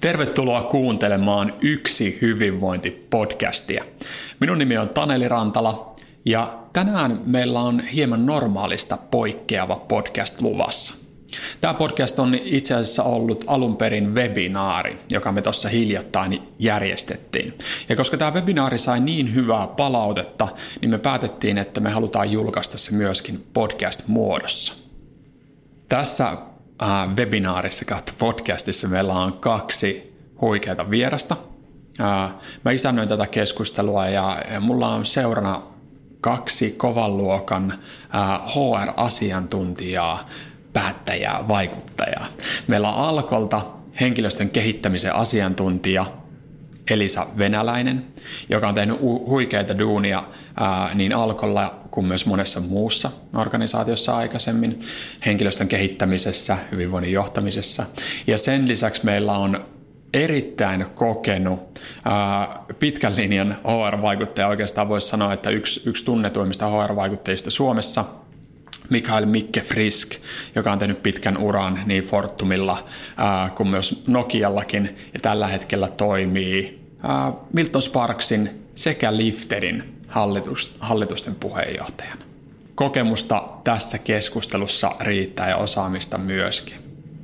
Tervetuloa kuuntelemaan Yksi hyvinvointi-podcastia. Minun nimi on Taneli Rantala ja tänään meillä on hieman normaalista poikkeava podcast luvassa. Tämä podcast on itse asiassa ollut alun perin webinaari, joka me tuossa hiljattain järjestettiin. Ja koska tämä webinaari sai niin hyvää palautetta, niin me päätettiin, että me halutaan julkaista se myöskin podcast-muodossa. Tässä webinaarissa kautta podcastissa meillä on 2 huikeata vierasta. Mä isännöin tätä keskustelua ja mulla on seurana 2 kovan luokan HR-asiantuntijaa, päättäjää, vaikuttajaa. Meillä on Alkolta henkilöstön kehittämisen asiantuntija Elisa Venäläinen, joka on tehnyt huikeita duunia niin Alkolla kuin myös monessa muussa organisaatiossa aikaisemmin, henkilöstön kehittämisessä, hyvinvoinnin johtamisessa. Ja sen lisäksi meillä on erittäin kokenut pitkän linjan HR-vaikuttaja, oikeastaan voisi sanoa, että yksi tunnetuimmista HR-vaikuttajista Suomessa, Mikael Mikke Frisk, joka on tehnyt pitkän uran niin Fortumilla kuin myös Nokiallakin ja tällä hetkellä toimii Milton Sparksin sekä Lifterin hallitusten puheenjohtajana. Kokemusta tässä keskustelussa riittää ja osaamista myöskin.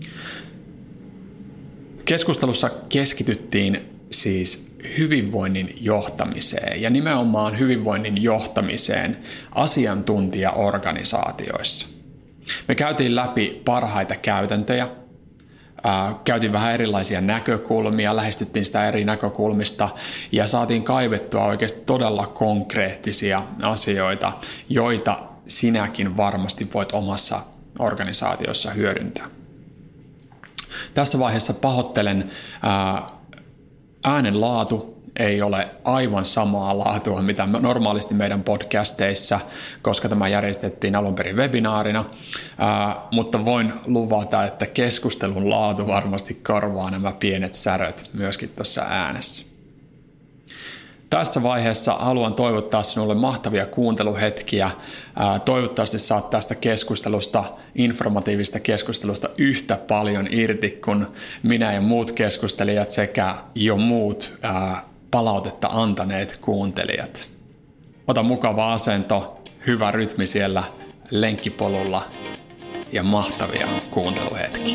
Keskustelussa keskityttiin siis hyvinvoinnin johtamiseen ja nimenomaan hyvinvoinnin johtamiseen asiantuntijaorganisaatioissa. Me käytiin läpi parhaita käytäntöjä, käytiin vähän erilaisia näkökulmia, lähestyttiin sitä eri näkökulmista ja saatiin kaivettua oikeasti todella konkreettisia asioita, joita sinäkin varmasti voit omassa organisaatiossa hyödyntää. Tässä vaiheessa pahoittelen, äänen laatu ei ole aivan samaa laatua, mitä normaalisti meidän podcasteissa, koska tämä järjestettiin alun perin webinaarina, mutta voin luvata, että keskustelun laatu varmasti korvaa nämä pienet säröt myöskin tuossa äänessä. Tässä vaiheessa haluan toivottaa sinulle mahtavia kuunteluhetkiä. Toivottavasti saat tästä keskustelusta, informatiivista keskustelusta yhtä paljon irti kuin minä ja muut keskustelijat sekä jo muut palautetta antaneet kuuntelijat. Ota mukava asento, hyvä rytmi siellä lenkkipolulla ja mahtavia kuunteluhetkiä.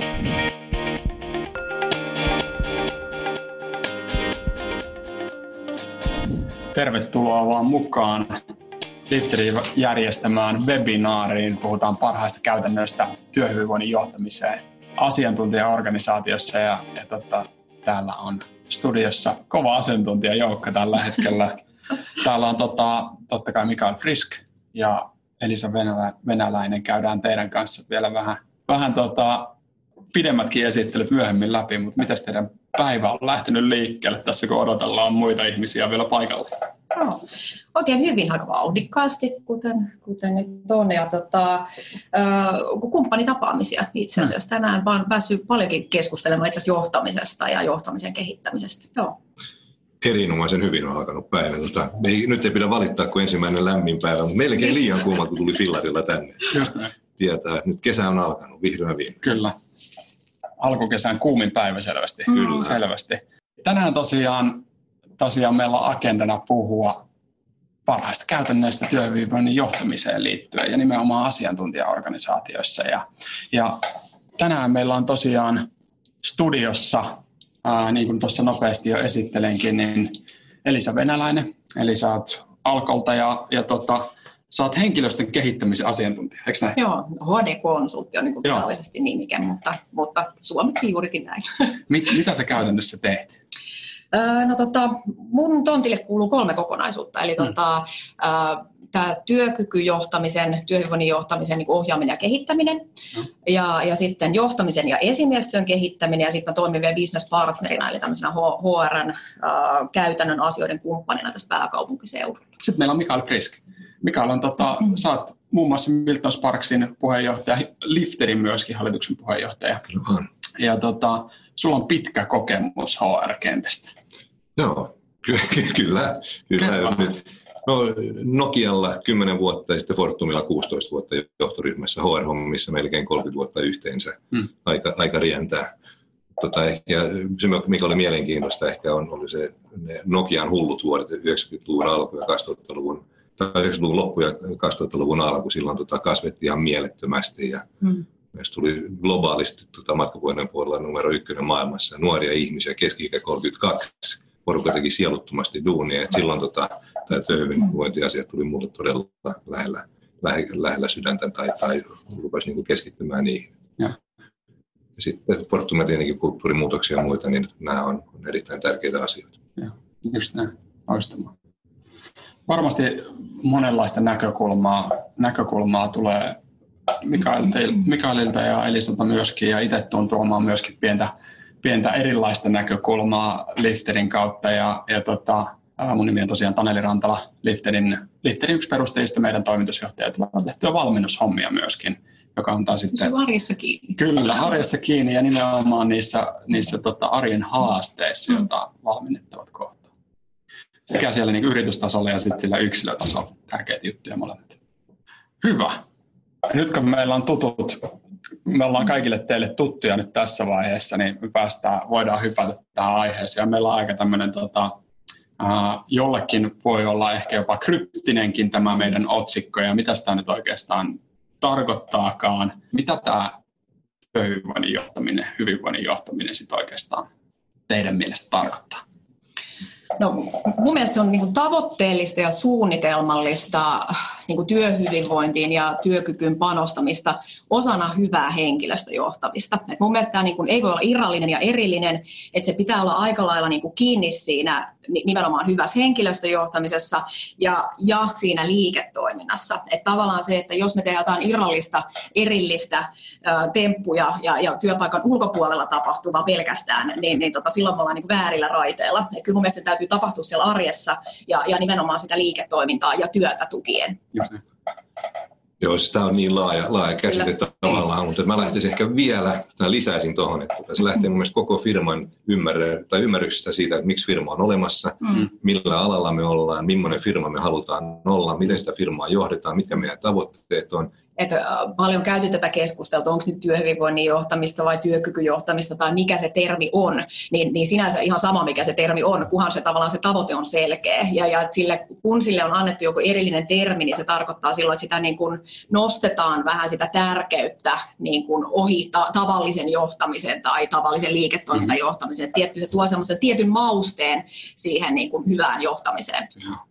Tervetuloa vaan mukaan Lifterin järjestämään webinaariin. Puhutaan parhaista käytännöistä työhyvinvoinnin johtamiseen asiantuntijaorganisaatiossa ja täällä on studiossa kova asiantuntijajoukko tällä hetkellä. Täällä on totta kai Mikael Frisk ja Elisa Venäläinen. Käydään teidän kanssa vielä vähän pidemmätkin esittelyt myöhemmin läpi, mutta miten teidän päivä on lähtenyt liikkeelle tässä, kun odotellaan muita ihmisiä vielä paikalla? No, oikein hyvin, aika vauhdikkaasti, kuten nyt on. Ja kumppanitapaamisia itse asiassa. Tänään vaan päässyt paljonkin keskustelemaan itse asiassa johtamisesta ja johtamisen kehittämisestä. Joo. Erinomaisen hyvin on alkanut päivä. Nyt ei pidä valittaa, kun ensimmäinen lämmin päivä, mutta melkein liian kuuma, kun tuli fillarilla tänne. Just näin. Tietää, että nyt kesä on alkanut vihdoin viimein. Kyllä. Alkukesän kuumin päivä selvästi. Kyllä. Selvästi. Tänään tosiaan meillä on agendana puhua parhaista käytännöistä työhyvinvoinnin johtamiseen liittyen ja nimenomaan asiantuntijaorganisaatioissa. Ja tänään meillä on tosiaan studiossa, niin kuin tuossa nopeasti jo esittelenkin, niin Elisa Venäläinen. Eli sä oot Alkolta ja sä oot henkilöstön kehittämisen asiantuntija, eikö näin? Joo, HD-konsultti on niin virallisesti nimikä, mutta suomeksi juurikin näin. Mitä sä käytännössä teet? Mun tontille kuuluu 3 kokonaisuutta, eli tämä työkykyjohtamisen, työhyvinvoinnin johtamisen niin ohjaaminen ja kehittäminen, ja sitten johtamisen ja esimiestyön kehittäminen, ja sitten mä toimin vielä business-partnerina, eli tämmöisenä HR:n käytännön asioiden kumppanina tässä pääkaupunkiseudulla. Sitten meillä on Mikael Frisk. Mikael on, sä oot muun muassa Milton Sparksin puheenjohtaja, Lifterin myöskin hallituksen puheenjohtaja. Ja sulla on pitkä kokemus HR-kentästä. Joo, kyllä. Nyt, Nokialla 10 vuotta ja sitten Fortumilla 16 vuotta johtoryhmässä HR-hommissa melkein 30 vuotta yhteensä. Aika rientää. Ja se, mikä oli mielenkiintoista ehkä oli se ne Nokian hullut vuodet 90-luvun alku ja 2000-luvun, tai 90-luvun loppu ja 2000-luvun alku. Silloin kasvettiin ihan mielettömästi ja meistä tuli globaalisti matkapuhelinten puolella numero 1 maailmassa. Nuoria ihmisiä, keski-ikä 32, porukka teki sieluttomasti duunia. Et silloin tämä työhyvinvointiasiat tuli mulle todella lähellä sydäntä tai rupesi niin kuin keskittymään niihin. Ja sitten Fortumilla tietenkin kulttuurimuutoksia ja muita, niin nämä on erittäin tärkeitä asioita. Joo, just näin. Loistavaa. Varmasti monenlaista näkökulmaa tulee Mikaelilta ja Elisalta myöskin, ja itse tuun tuomaan myöskin pientä erilaista näkökulmaa Lifterin kautta. Mun nimi on tosiaan Taneli Rantala, Lifterin yksi perustajista, meidän toimitusjohtajat on tehty valmennushommia myöskin, joka antaa sitten... Se on arjessa kiinni. Kyllä, arjessa kiinni ja nimenomaan niissä arjen haasteissa, joita valmennettavat kohtaan. Sekä siellä niin yritystasolla ja sitten sillä yksilötasolla. Tärkeitä juttuja molemmat. Hyvä. Nyt kun meillä on me ollaan kaikille teille tuttuja nyt tässä vaiheessa, niin me voidaan hypätä tähän aiheeseen. Meillä on aika tämmöinen, jollekin voi olla ehkä jopa kryptinenkin tämä meidän otsikko, ja mitä tämä nyt oikeastaan tarkoittaakaan. Mitä tämä hyvinvoinnin johtaminen sitten oikeastaan teidän mielestä tarkoittaa? No, mun mielestä se on niin kuin tavoitteellista ja suunnitelmallista niin kuin työhyvinvointiin ja työkykyyn panostamista osana hyvää henkilöstöjohtamista. Et mun mielestä tämä niin kuin ei voi olla irrallinen ja erillinen, että se pitää olla aika lailla niin kuin kiinni siinä nimenomaan hyvässä henkilöstöjohtamisessa ja siinä liiketoiminnassa. Että tavallaan se, että jos me tehdään jotain erillistä temppuja ja työpaikan ulkopuolella tapahtuvaa pelkästään, niin silloin me ollaan niin kuin väärillä raiteilla. Et kyllä mun mielestä se täytyy tapahtua siellä arjessa ja nimenomaan sitä liiketoimintaa ja työtä tukien. Just niin. Joo, sitä on niin laaja käsite tavallaan, mutta mä lähtisin ehkä vielä, lisäisin tuohon, että se lähtee mun mielestä koko firman ymmärryksestä siitä, että miksi firma on olemassa, millä alalla me ollaan, millainen firma me halutaan olla, miten sitä firmaa johdetaan, mitkä meidän tavoitteet on. Että paljon käyty tätä keskustelua, onko nyt työhyvinvoinnin johtamista vai työkykyjohtamista tai mikä se termi on, niin sinänsä ihan sama mikä se termi on, kunhan se tavallaan se tavoite on selkeä. Ja kun sille on annettu joku erillinen termi, niin se tarkoittaa silloin, että sitä niin kuin nostetaan vähän sitä tärkeyttä niin kuin ohi tavallisen johtamisen tai tavallisen liiketoimintajohtamisen. Se tuo semmoisen tietyn mausteen siihen niin kuin hyvään johtamiseen.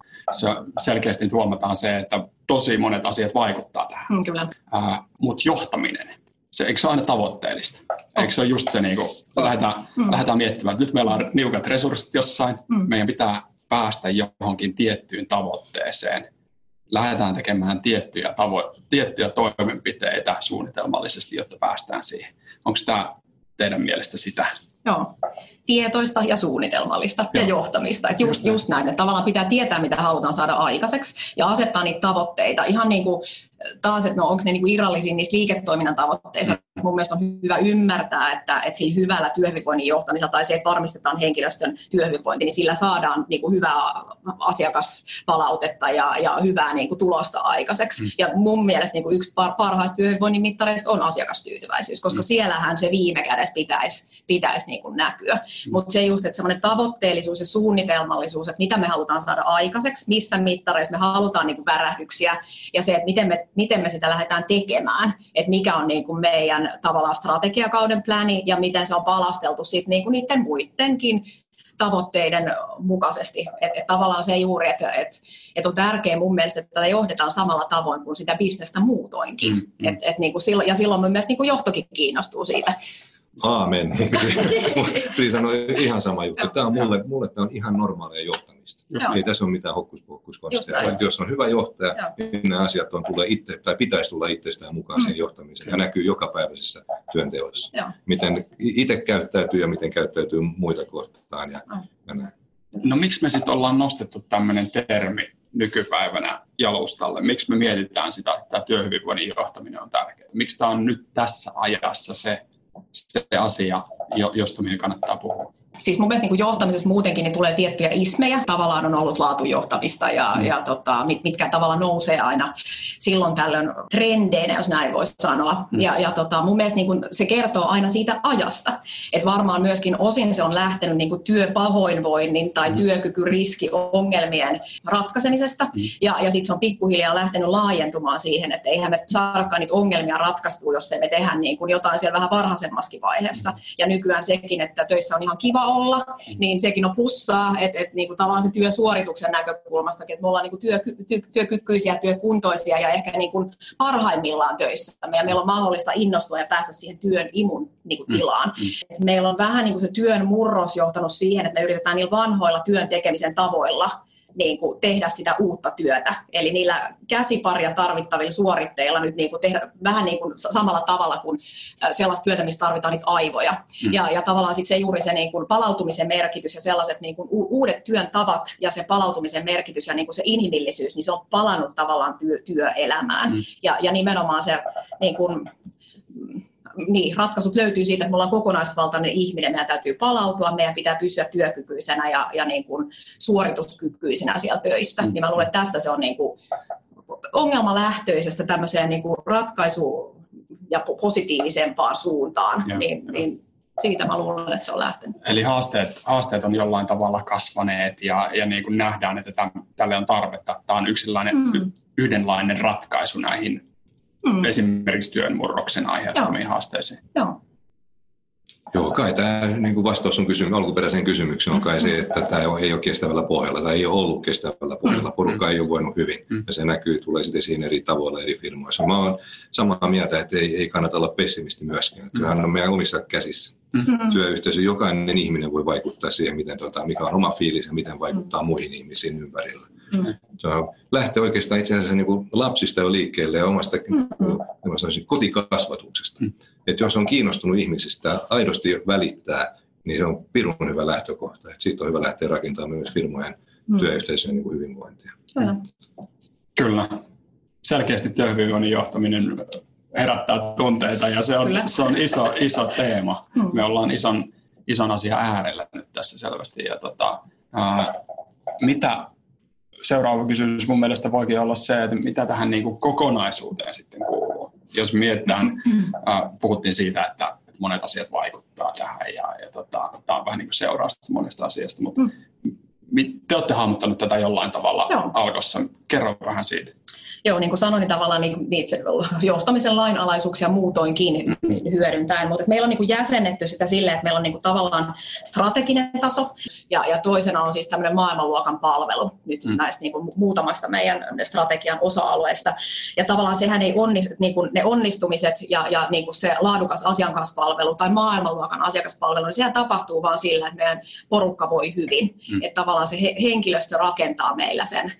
Selkeästi huomataan se, että tosi monet asiat vaikuttaa tähän. Kyllä. Mutta johtaminen, eikö se ole aina tavoitteellista? Eikö se ole just se, niin kuin lähdetään miettimään, että nyt meillä on niukat resurssit jossain, meidän pitää päästä johonkin tiettyyn tavoitteeseen. Lähdetään tekemään tiettyjä toimenpiteitä suunnitelmallisesti, jotta päästään siihen. Onko tämä teidän mielestä sitä? Joo, tietoista ja suunnitelmallista ja johtamista. Että just näin, että tavallaan pitää tietää, mitä halutaan saada aikaiseksi ja asettaa niitä tavoitteita. Ihan niin kuin taas, että onko ne niin kuin irrallisia niistä liiketoiminnan tavoitteista. Mun mielestä on hyvä ymmärtää, että sillä hyvällä työhyvinvoinnin johtamisella tai se, että varmistetaan henkilöstön työhyvinvointi, niin sillä saadaan niin kuin hyvää asiakaspalautetta ja hyvää niin kuin tulosta aikaiseksi. Ja mun mielestä niin kuin yksi parhaista työhyvinvoinnin mittareista on asiakastyytyväisyys, koska siellähän se viime kädessä pitäisi niin kuin näkyä. Mutta se just, että semmoinen tavoitteellisuus ja suunnitelmallisuus, että mitä me halutaan saada aikaiseksi, missä mittareissa me halutaan niin kuin värähdyksiä ja se, että miten me sitä lähdetään tekemään, että mikä on niin kuin meidän tavallaan strategiakauden pläni ja miten se on palasteltu sitten niin kuin niiden muidenkin tavoitteiden mukaisesti. Että tavallaan se juuri, että on tärkeää mun mielestä, että tätä johdetaan samalla tavoin kuin sitä bisnestä muutoinkin. Niin kuin silloin mun mielestä niin kuin johtokin kiinnostuu siitä. Aamen. Piti sanoa ihan sama juttu. Tämä on mulle tämä on ihan normaalia johtamista. Ei tässä ole mitään hokkuspokkuskonsteja. Jos on hyvä johtaja, niin ne asiat tulee itse, tai pitäisi tulla itsestään mukaan siihen johtamiseen. Ja näkyy jokapäiväisessä työnteossa. Miten itse käyttäytyy ja miten käyttäytyy muita kohtaan. Ja näin. No miksi me sitten ollaan nostettu tämmöinen termi nykypäivänä jalustalle? Miksi me mietitään sitä, että työhyvinvoinnin johtaminen on tärkeää? Miksi tämä on nyt tässä ajassa se asia, josta meidän kannattaa puhua? Siis mun mielestä niin kuin johtamisessa muutenkin niin tulee tiettyjä ismejä. Tavallaan on ollut laatujohtamista ja mitkä tavallaan nousee aina silloin tällöin trendeinä, jos näin voisi sanoa. Mun mielestä niin kuin se kertoo aina siitä ajasta. Että varmaan myöskin osin se on lähtenyt niin kuin työpahoinvoinnin tai työkykyriskiongelmien ratkaisemisesta. Ja sitten se on pikkuhiljaa lähtenyt laajentumaan siihen, että eihän me saadakaan niitä ongelmia ratkaistua, jos ei me tehdä niin kuin jotain siellä vähän varhaisemmassakin vaiheessa. Ja nykyään sekin, että töissä on ihan kiva olla, niin sekin on plussaa, että niin kuin tavallaan se työsuorituksen näkökulmastakin, että me ollaan niin kuin työkykyisiä, työkuntoisia ja ehkä niin kuin parhaimmillaan töissä. Meillä on mahdollista innostua ja päästä siihen työn imun niin kuin tilaan. Meillä on vähän niin kuin se työn murros johtanut siihen, että me yritetään niillä vanhoilla työn tekemisen tavoilla niin kuin tehdä sitä uutta työtä. Eli niillä käsiparia tarvittavilla suoritteilla nyt niin kuin tehdä vähän niin kuin samalla tavalla kuin sellaista työtä, missä tarvitaan niitä aivoja. Ja tavallaan sit se juuri se niin kuin palautumisen merkitys ja sellaiset niin kuin uudet työn tavat ja se palautumisen merkitys ja niin kuin se inhimillisyys, niin se on palannut tavallaan työelämään. Ja nimenomaan se niin kuin, ratkaisut löytyy siitä, että me ollaan kokonaisvaltainen ihminen, meidän täytyy palautua, meidän pitää pysyä työkykyisenä ja niin kuin suorituskykyisenä siellä töissä. Niin mä luulen, että tästä se on niin kuin ongelmalähtöisestä tämmöiseen niin kuin ratkaisuun ja positiivisempaan suuntaan. Niin siitä mä luulen, että se on lähtenyt. Eli haasteet on jollain tavalla kasvaneet ja niin kuin nähdään, että tälle on tarvetta. Tämä on yhdenlainen ratkaisu näihin esimerkiksi työn murroksen aiheuttamiin haasteisiin. Joo, kai tämä niin vastaus on alkuperäiseen kysymykseen on kai se, että tämä ei ole kestävällä pohjalla tai ei ole ollut kestävällä pohjalla. Porukka ei ole voinut hyvin ja se tulee sitten siinä eri tavoilla eri firmoissa. Mä oon samaa mieltä, että ei kannata olla pessimisti myöskään. Työhän on meidän omissa käsissä. Työyhteisö, jokainen ihminen voi vaikuttaa siihen, mikä on oma fiilis ja miten vaikuttaa muihin ihmisiin ympärillä. Se lähtee oikeastaan itse asiassa niin kuin lapsista jo liikkeelle ja omasta kotikasvatuksesta. Että jos on kiinnostunut ihmisistä, aidosti välittää, niin se on pirun hyvä lähtökohta. Että siitä on hyvä lähteä rakentamaan myös firmojen työyhteisöjen niin kuin hyvinvointia. Kyllä. Selkeästi työhyvinvoinnin johtaminen herättää tunteita ja se on iso teema. Me ollaan ison asian äärellä nyt tässä selvästi. Ja mitä seuraava kysymys mun mielestä voikin olla se, että mitä tähän niin kuin kokonaisuuteen sitten kuuluu. Jos mietitään, puhuttiin siitä, että monet asiat vaikuttaa tähän ja tämä on vähän niin kuin seurausta monesta asiasta, mutta te olette hahmottanut tätä jollain tavalla Alkossa. Kerro vähän siitä. Joo, niin kuin sanoin, niin tavallaan niitä johtamisen lainalaisuuksia muutoinkin hyödyntäen, mutta meillä on niin kuin jäsennetty sitä silleen, että meillä on niin kuin tavallaan strateginen taso ja toisena on siis tämmöinen maailmanluokan palvelu nyt näistä niin kuin muutamasta meidän strategian osa-alueesta. Ja tavallaan sehän ei niin kuin ne onnistumiset ja niin kuin se laadukas asiakaspalvelu tai maailmanluokan asiakaspalvelu, niin sehän tapahtuu vaan sillä, että meidän porukka voi hyvin. Että tavallaan se henkilöstö rakentaa meillä sen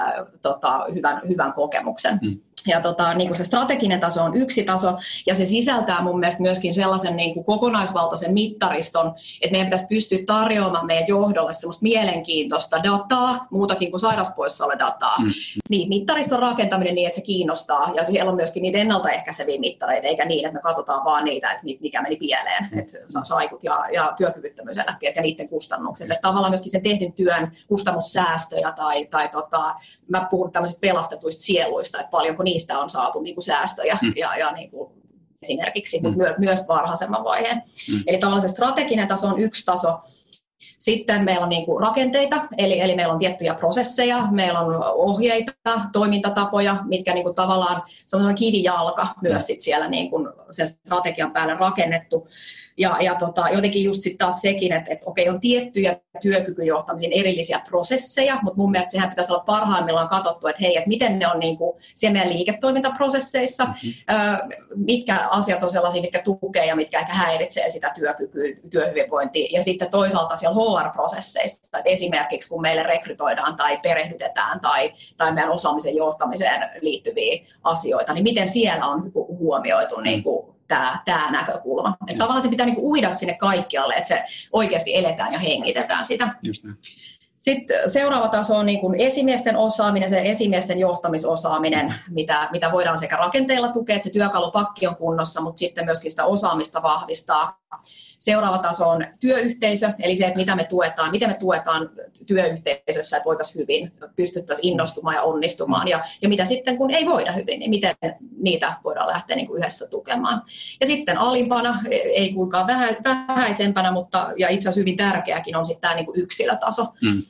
hyvän kokemuksen. Ja niin kuin se strateginen taso on yksi taso, ja se sisältää mun mielestä myöskin sellaisen niin kuin kokonaisvaltaisen mittariston, että meidän pitäisi pystyä tarjoamaan meidän johdolle semmoista mielenkiintoista dataa, muutakin kuin sairauspoissaolodataa. Niin, mittariston rakentaminen niin, että se kiinnostaa, ja siellä on myöskin niitä ennaltaehkäiseviä mittareita, eikä niin, että me katsotaan vaan niitä, että mikä meni pieleen, että saikut ja työkyvyttömyyseläkkeet ja niiden kustannukset. Että tavallaan myöskin sen tehdyn työn kustannussäästöjä tai mä puhun tämmöisistä pelastetuista sieluista, että paljonko niistä on saatu niin kuin säästöjä ja niin kuin esimerkiksi, mutta myös varhaisemman vaiheen. Eli tavallaan se strateginen taso on yksi taso. Sitten meillä on niin kuin rakenteita, eli meillä on tiettyjä prosesseja, meillä on ohjeita, toimintatapoja, mitkä niin kuin tavallaan se on kivijalka myös sit siellä niin kuin sen strategian päälle rakennettu. Ja jotenkin just sitten taas sekin, että okei, on tiettyjä työkykyjohtamisen erillisiä prosesseja, mutta mun mielestä sehän pitäisi olla parhaimmillaan katsottu, että hei, että miten ne on niin kuin siellä meidän liiketoimintaprosesseissa, mitkä asiat on sellaisia, mitkä tukee ja mitkä ehkä häiritsee sitä työkykyä, työhyvinvointia, ja sitten toisaalta siellä HR-prosesseissa, että esimerkiksi kun meille rekrytoidaan tai perehdytetään tai meidän osaamisen johtamiseen liittyviä asioita, niin miten siellä on huomioitu niin kuin tämä näkökulma. Että tavallaan se pitää niinku uida sinne kaikkialle, että se oikeasti eletään ja hengitetään sitä. Just näin. Sitten seuraava taso on niin kuin esimiesten osaaminen, se esimiesten johtamisosaaminen, mitä voidaan sekä rakenteilla tukea, että se työkalupakki on kunnossa, mutta sitten myöskin sitä osaamista vahvistaa. Seuraava taso on työyhteisö, eli se, että miten me tuetaan työyhteisössä, että voitaisiin hyvin, pystyttäisiin innostumaan ja onnistumaan. Ja mitä sitten, kun ei voida hyvin, niin miten niitä voidaan lähteä niin kuin yhdessä tukemaan. Ja sitten alimpana, ei kuinkaan vähäisempänä, mutta ja itse asiassa hyvin tärkeäkin on sitten tämä niin kuin yksilötaso.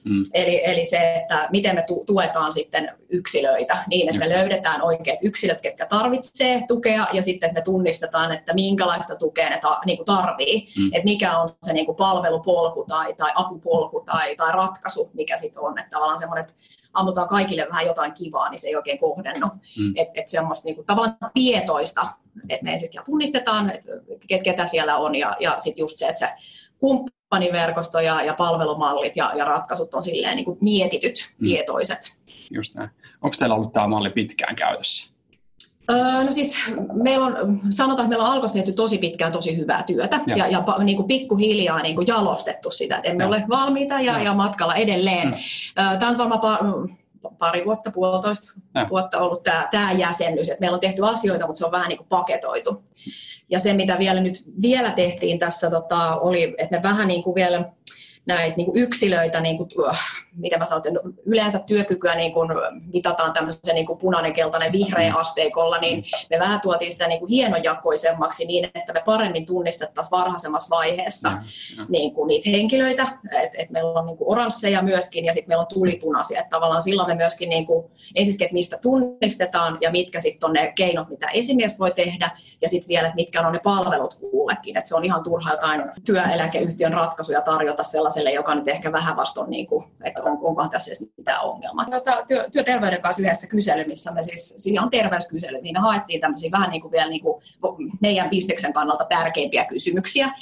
Eli se, että miten me tuetaan sitten yksilöitä niin, että me löydetään oikeat yksilöt, ketkä tarvitsee tukea, ja sitten että me tunnistetaan, että minkälaista tukea ne niin kuin tarvii. Että mikä on se niin kuin palvelupolku tai apupolku tai ratkaisu, mikä sitten on. Että tavallaan semmoinen, että ammutaan kaikille vähän jotain kivaa, niin se ei oikein kohdennu. Että semmoista niin kuin tavallaan tietoista, että me ensin tunnistetaan, että ketä siellä on, ja sitten just se, että se kumppaniverkosto ja palvelumallit ja ratkaisut on silleen niin kuin mietityt, tietoiset. Just näin. Onko teillä ollut tämä malli pitkään käytössä? No siis sanotaan, että meillä on Alkossa tehty tosi pitkään tosi hyvää työtä ja niin kuin pikkuhiljaa niin kuin jalostettu sitä, että emme ole valmiita ja matkalla edelleen. Tämä on varmaan pari vuotta, puolitoista vuotta ollut tämä jäsennys, että meillä on tehty asioita, mutta se on vähän niin kuin paketoitu. Ja se, mitä vielä tehtiin tässä, oli, että me vähän niin kuin vielä näitä niin kuin yksilöitä, niin kuin, mitä mä sanon, yleensä työkykyä niin kuin mitataan tämmöisen niin kuin punainen, keltainen, vihreä asteikolla, niin me vähän tuotiin sitä niin kuin hienojakoisemmaksi niin, että me paremmin tunnistettaisiin varhaisemmassa vaiheessa niin kuin niitä henkilöitä, että meillä on niin kuin oransseja myöskin ja sitten meillä on tulipunaisia, että tavallaan silloin me myöskin niin kuin, ensisikin, että mistä tunnistetaan ja mitkä sitten on ne keinot, mitä esimies voi tehdä ja sitten vielä, että mitkä on ne palvelut kullekin, että se on ihan turha jotain työeläkeyhtiön ratkaisuja tarjota sellaiselle, joka nyt ehkä vähän vasta on, niin kuin, että onkohan tässä edes mitään ongelmaa. Työterveyden kanssa yhdessä kysely, missä me siis, siinä on terveyskysely, niin me haettiin tämmöisiä vähän niin kuin vielä niin kuin meidän bisneksen kannalta tärkeimpiä kysymyksiä.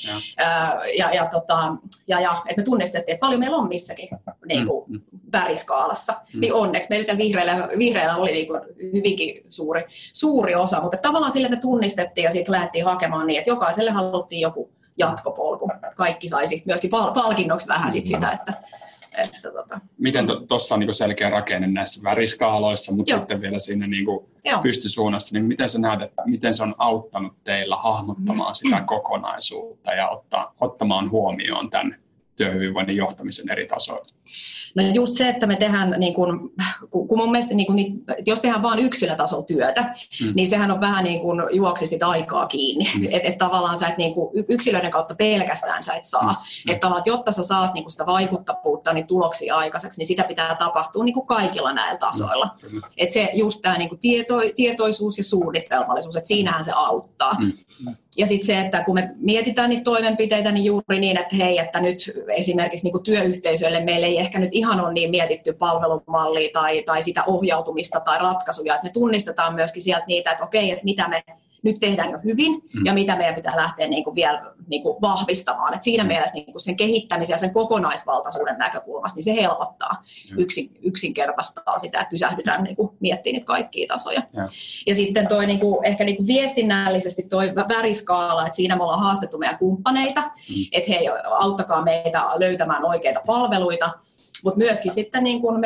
Että me tunnistettiin, että paljon meillä on missäkin niin kuin väriskaalassa. Niin onneksi meillä siellä vihreällä oli niin kuin hyvinkin suuri osa, mutta tavallaan sille me tunnistettiin ja sitten lähdettiin hakemaan niin, että jokaiselle haluttiin joku jatkopolku. Kaikki saisi myöskin palkinnoksi vähän sitä, että Miten tuossa on niinku selkeä rakenne näissä väriskaaloissa, mutta sitten vielä siinä niinku pystysuunnassa, niin miten sä näet, että miten se on auttanut teillä hahmottamaan sitä kokonaisuutta ja ottamaan huomioon tämän työhyvinvoinnin johtamisen eri tasoilla? No just se, että me tehdään, niin kun mun mielestä, jos tehdään vain yksilötasolla työtä, niin sehän on vähän niin kuin juoksi sitä aikaa kiinni. Että tavallaan sä et niin kuin yksilöiden kautta pelkästään sä et saa. Että tavallaan, jotta sä saat niin kuin sitä vaikuttavuutta niin tuloksia aikaiseksi, niin sitä pitää tapahtua niin kuin kaikilla näillä tasoilla. Että se just tämä niin kuin tietoisuus ja suunnitelmallisuus, että siinähän se auttaa. Ja sitten se, että kun me mietitään niitä toimenpiteitä, niin juuri niin, että hei, että nyt esimerkiksi niin kuin työyhteisöille meillä ei ehkä nyt ihan ole niin mietitty palvelumallia tai sitä ohjautumista tai ratkaisuja, että me tunnistetaan myöskin sieltä niitä, että okei, että mitä me nyt tehdään jo hyvin ja mitä meidän pitää lähteä niin kuin vielä niin kuin vahvistamaan. Et siinä mielessä niin kuin sen kehittämisen ja sen kokonaisvaltaisuuden näkökulmasta niin se helpottaa, yksinkertaistaa sitä, että pysähdytään niin kuin miettimään niitä kaikkia tasoja. Ja sitten toi, niin kuin, ehkä niin kuin viestinnällisesti toi väriskaala, että siinä me ollaan haastettu meidän kumppaneita, että hei, auttakaa meitä löytämään oikeita palveluita, mutta myöskin sitten niin kuin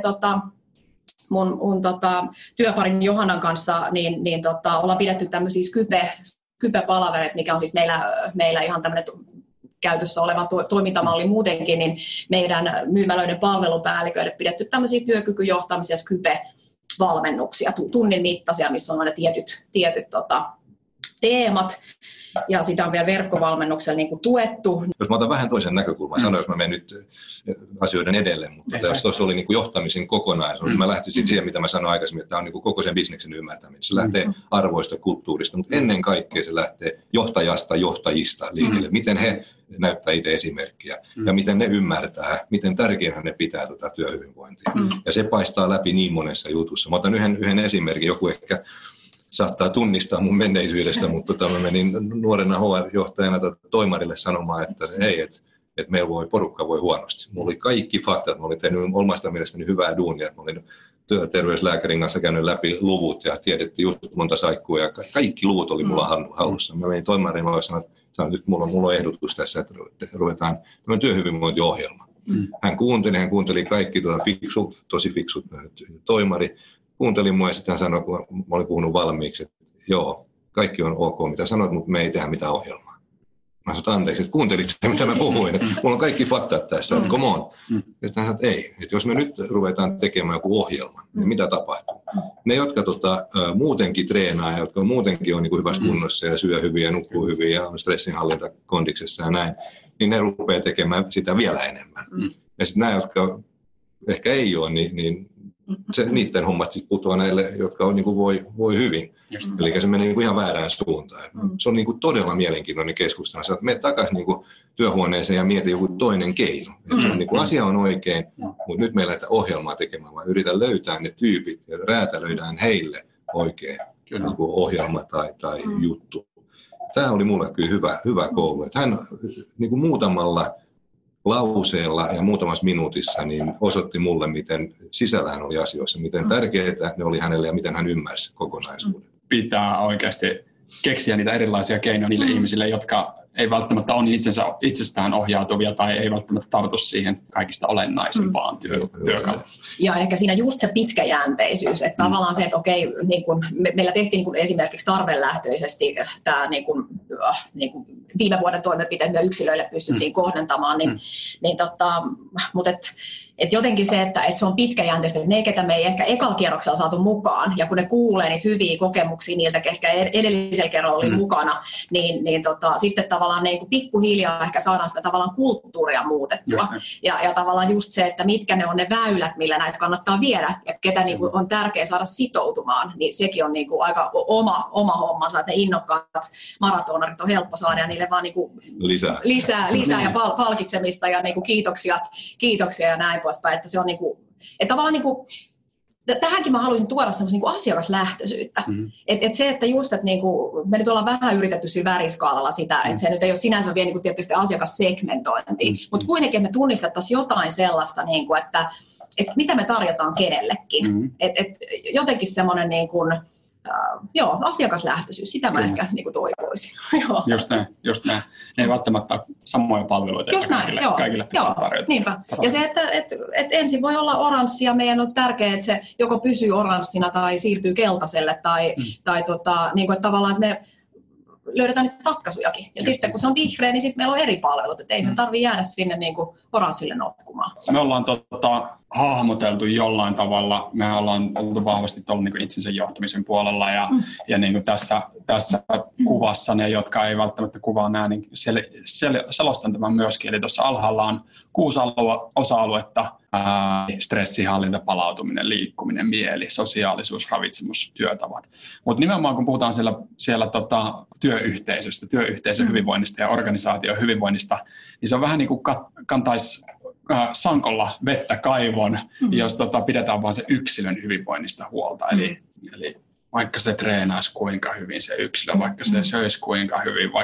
mun työparin Johannan kanssa niin ollaan pidetty tämmöisiä Skype-palavereita, mikä on siis meillä ihan tämmöinen käytössä oleva toimintamalli muutenkin, niin meidän myymälöiden palvelupäälliköille pidetty tämmöisiä työkykyjohtamisia Skype-valmennuksia, tunnin mittaisia, missä on aina tietyt teemat, ja sitä on vielä verkkovalmennuksella niin kuin tuettu. Jos mä otan vähän toisen näkökulman, sanoin, jos mä menen nyt asioiden edelle, mutta tuossa oli niin kuin johtamisen kokonaisuus. Mä lähtisin siihen, mitä mä sanoin aikaisemmin, että tämä on niin kuin koko sen bisneksen ymmärtäminen. Se lähtee arvoista, kulttuurista, mutta ennen kaikkea se lähtee johtajista liikkeelle. Miten he näyttää itse esimerkkiä ja miten ne ymmärtää, miten tärkeänä ne pitää työhyvinvointia. Ja se paistaa läpi niin monessa jutussa. Mä otan yhden esimerkin, joku ehkä saattaa tunnistaa mun menneisyydestä, mutta mä menin nuorena HR-johtajana toimarille sanomaan, että hei, että porukka voi huonosti. Mulla oli kaikki faktat, mä olin tehnyt omasta mielestäni hyvää duunia. Mä olin työterveyslääkärin kanssa käynyt läpi luvut ja tiedettiin just monta saikkua ja kaikki luvut oli mulla hallussa. Mä menin toimariin ja sanoin, että nyt mulla on ehdotus tässä, että ruvetaan työhyvinvointiohjelma. Hän kuunteli kaikki tosi fiksut toimari, kuunteli mua ja sitten hän sanoi, kun mä olin puhunut valmiiksi, että joo, kaikki on ok, mitä sanoit, mutta me ei tehdä mitään ohjelmaa. Mä sanoin, anteeksi, että kuuntelit sitä, mitä mä puhuin. Että mulla on kaikki faktat tässä, että come on. Ja sitten hän sanoi, että ei, että jos me nyt ruvetaan tekemään joku ohjelma, niin mitä tapahtuu? Ne, jotka muutenkin treenaa ja jotka muutenkin on niin kuin hyvässä kunnossa ja syö hyvin ja nukkuu hyvin ja on stressinhallinta kondiksessa ja näin, niin ne rupeaa tekemään sitä vielä enemmän. Ja sitten nämä, jotka ehkä ei ole, niin niiden hommat putoaa näille, jotka on, niin kuin voi hyvin. Eli se menee niin kuin ihan väärään suuntaan. Se on niin kuin todella mielenkiintoinen keskustelu. Sä menet takaisin niin kuin työhuoneeseen ja mieti joku toinen keino. Se on, niin kuin asia on oikein, mutta nyt me lähdetään ohjelmaa tekemään, vaan yritän löytää ne tyypit ja räätälöidään heille oikein niin kuin ohjelma tai juttu. Tämä oli mulle kyllä hyvä koulu. Että hän niin kuin muutamalla lauseella ja muutamassa minuutissa niin osoitti mulle, miten sisällä hän oli asioissa, miten tärkeitä ne oli hänelle ja miten hän ymmärsi kokonaisuuden. Pitää oikeasti keksiä niitä erilaisia keinoja niille ihmisille, jotka ei välttämättä ole itsestään ohjautuvia tai ei välttämättä tartu siihen kaikista olennaisimpaan työkaluun. Ja ehkä siinä just se pitkäjänteisyys, että tavallaan se, että okei, niin kun meillä tehtiin niin kun esimerkiksi tarvelähtöisesti tämä niin kun viime vuoden toimenpiteet, mitä yksilöille pystyttiin kohdentamaan, mutta et jotenkin se, että se on pitkäjänteistä, että ne, ketä me ei ehkä ekalla kierroksella saatu mukaan, ja kun ne kuulee niitä hyviä kokemuksia niiltä, ketkä edellisellä kerralla oli mukana, niin sitten tavallaan niin kuin pikkuhiljaa ehkä saadaan sitä tavallaan kulttuuria muutettua. Ja tavallaan just se, että mitkä ne on ne väylät, millä näitä kannattaa viedä, ja ketä niin kuin on tärkeää saada sitoutumaan, niin sekin on niin kuin aika oma hommansa, että ne innokkaat maratonarit on helppo saada, ja niille vaan niin kuin lisää ja palkitsemista, ja niin kuin kiitoksia ja näin poispäin, että se on niinku, että tavallaan niinku, tähänkin mä haluaisin tuoda semmoista niinku asiakaslähtöisyyttä. Et se, että just, että niinku, me nyt ollaan vähän yritetty siinä väriskaalalla sitä, että se nyt ei ole sinänsä vielä niinku tietysti asiakassegmentointia, mutta kuitenkin, että me tunnistettaisiin jotain sellaista, niinku, että mitä me tarjotaan kenellekin. Jotenkin semmoinen niinku, asiakaslähtöisyys, sitä mä ehkä niin toivoisin. Just näin. Ne ei välttämättä ole samoja palveluita, kaikille pitää tarjota. Niinpä. Ja se, että ensin voi olla oranssi ja meidän on tärkeää, että se joko pysyy oranssina tai siirtyy keltaiselle tai niin kuin, että tavallaan, että me löydetään niitä ratkaisujakin. Ja sitten kun se on vihreä, niin sitten meillä on eri palvelut, että ei sen tarvitse jäädä sinne niin kuin oranssille notkumaan. Me ollaan hahmoteltu jollain tavalla, me ollaan oltu vahvasti tuolla niin kuin itsensä johtamisen puolella ja niin kuin tässä kuvassa ne, jotka ei välttämättä kuvaa nämä, niin selostan tämän myöskin. Eli tuossa alhaalla on 6 osa-aluetta, stressinhallinta, palautuminen, liikkuminen, mieli, sosiaalisuus, ravitsemus, työtavat. Mutta nimenomaan kun puhutaan siellä työyhteisöstä, työyhteisön hyvinvoinnista ja organisaation hyvinvoinnista, niin se on vähän niin kuin kantaisi sankolla vettä kaivoon, jos pidetään vain se yksilön hyvinvoinnista huolta. Eli vaikka se treenaisi kuinka hyvin se yksilö, vaikka se söisi kuinka hyvin,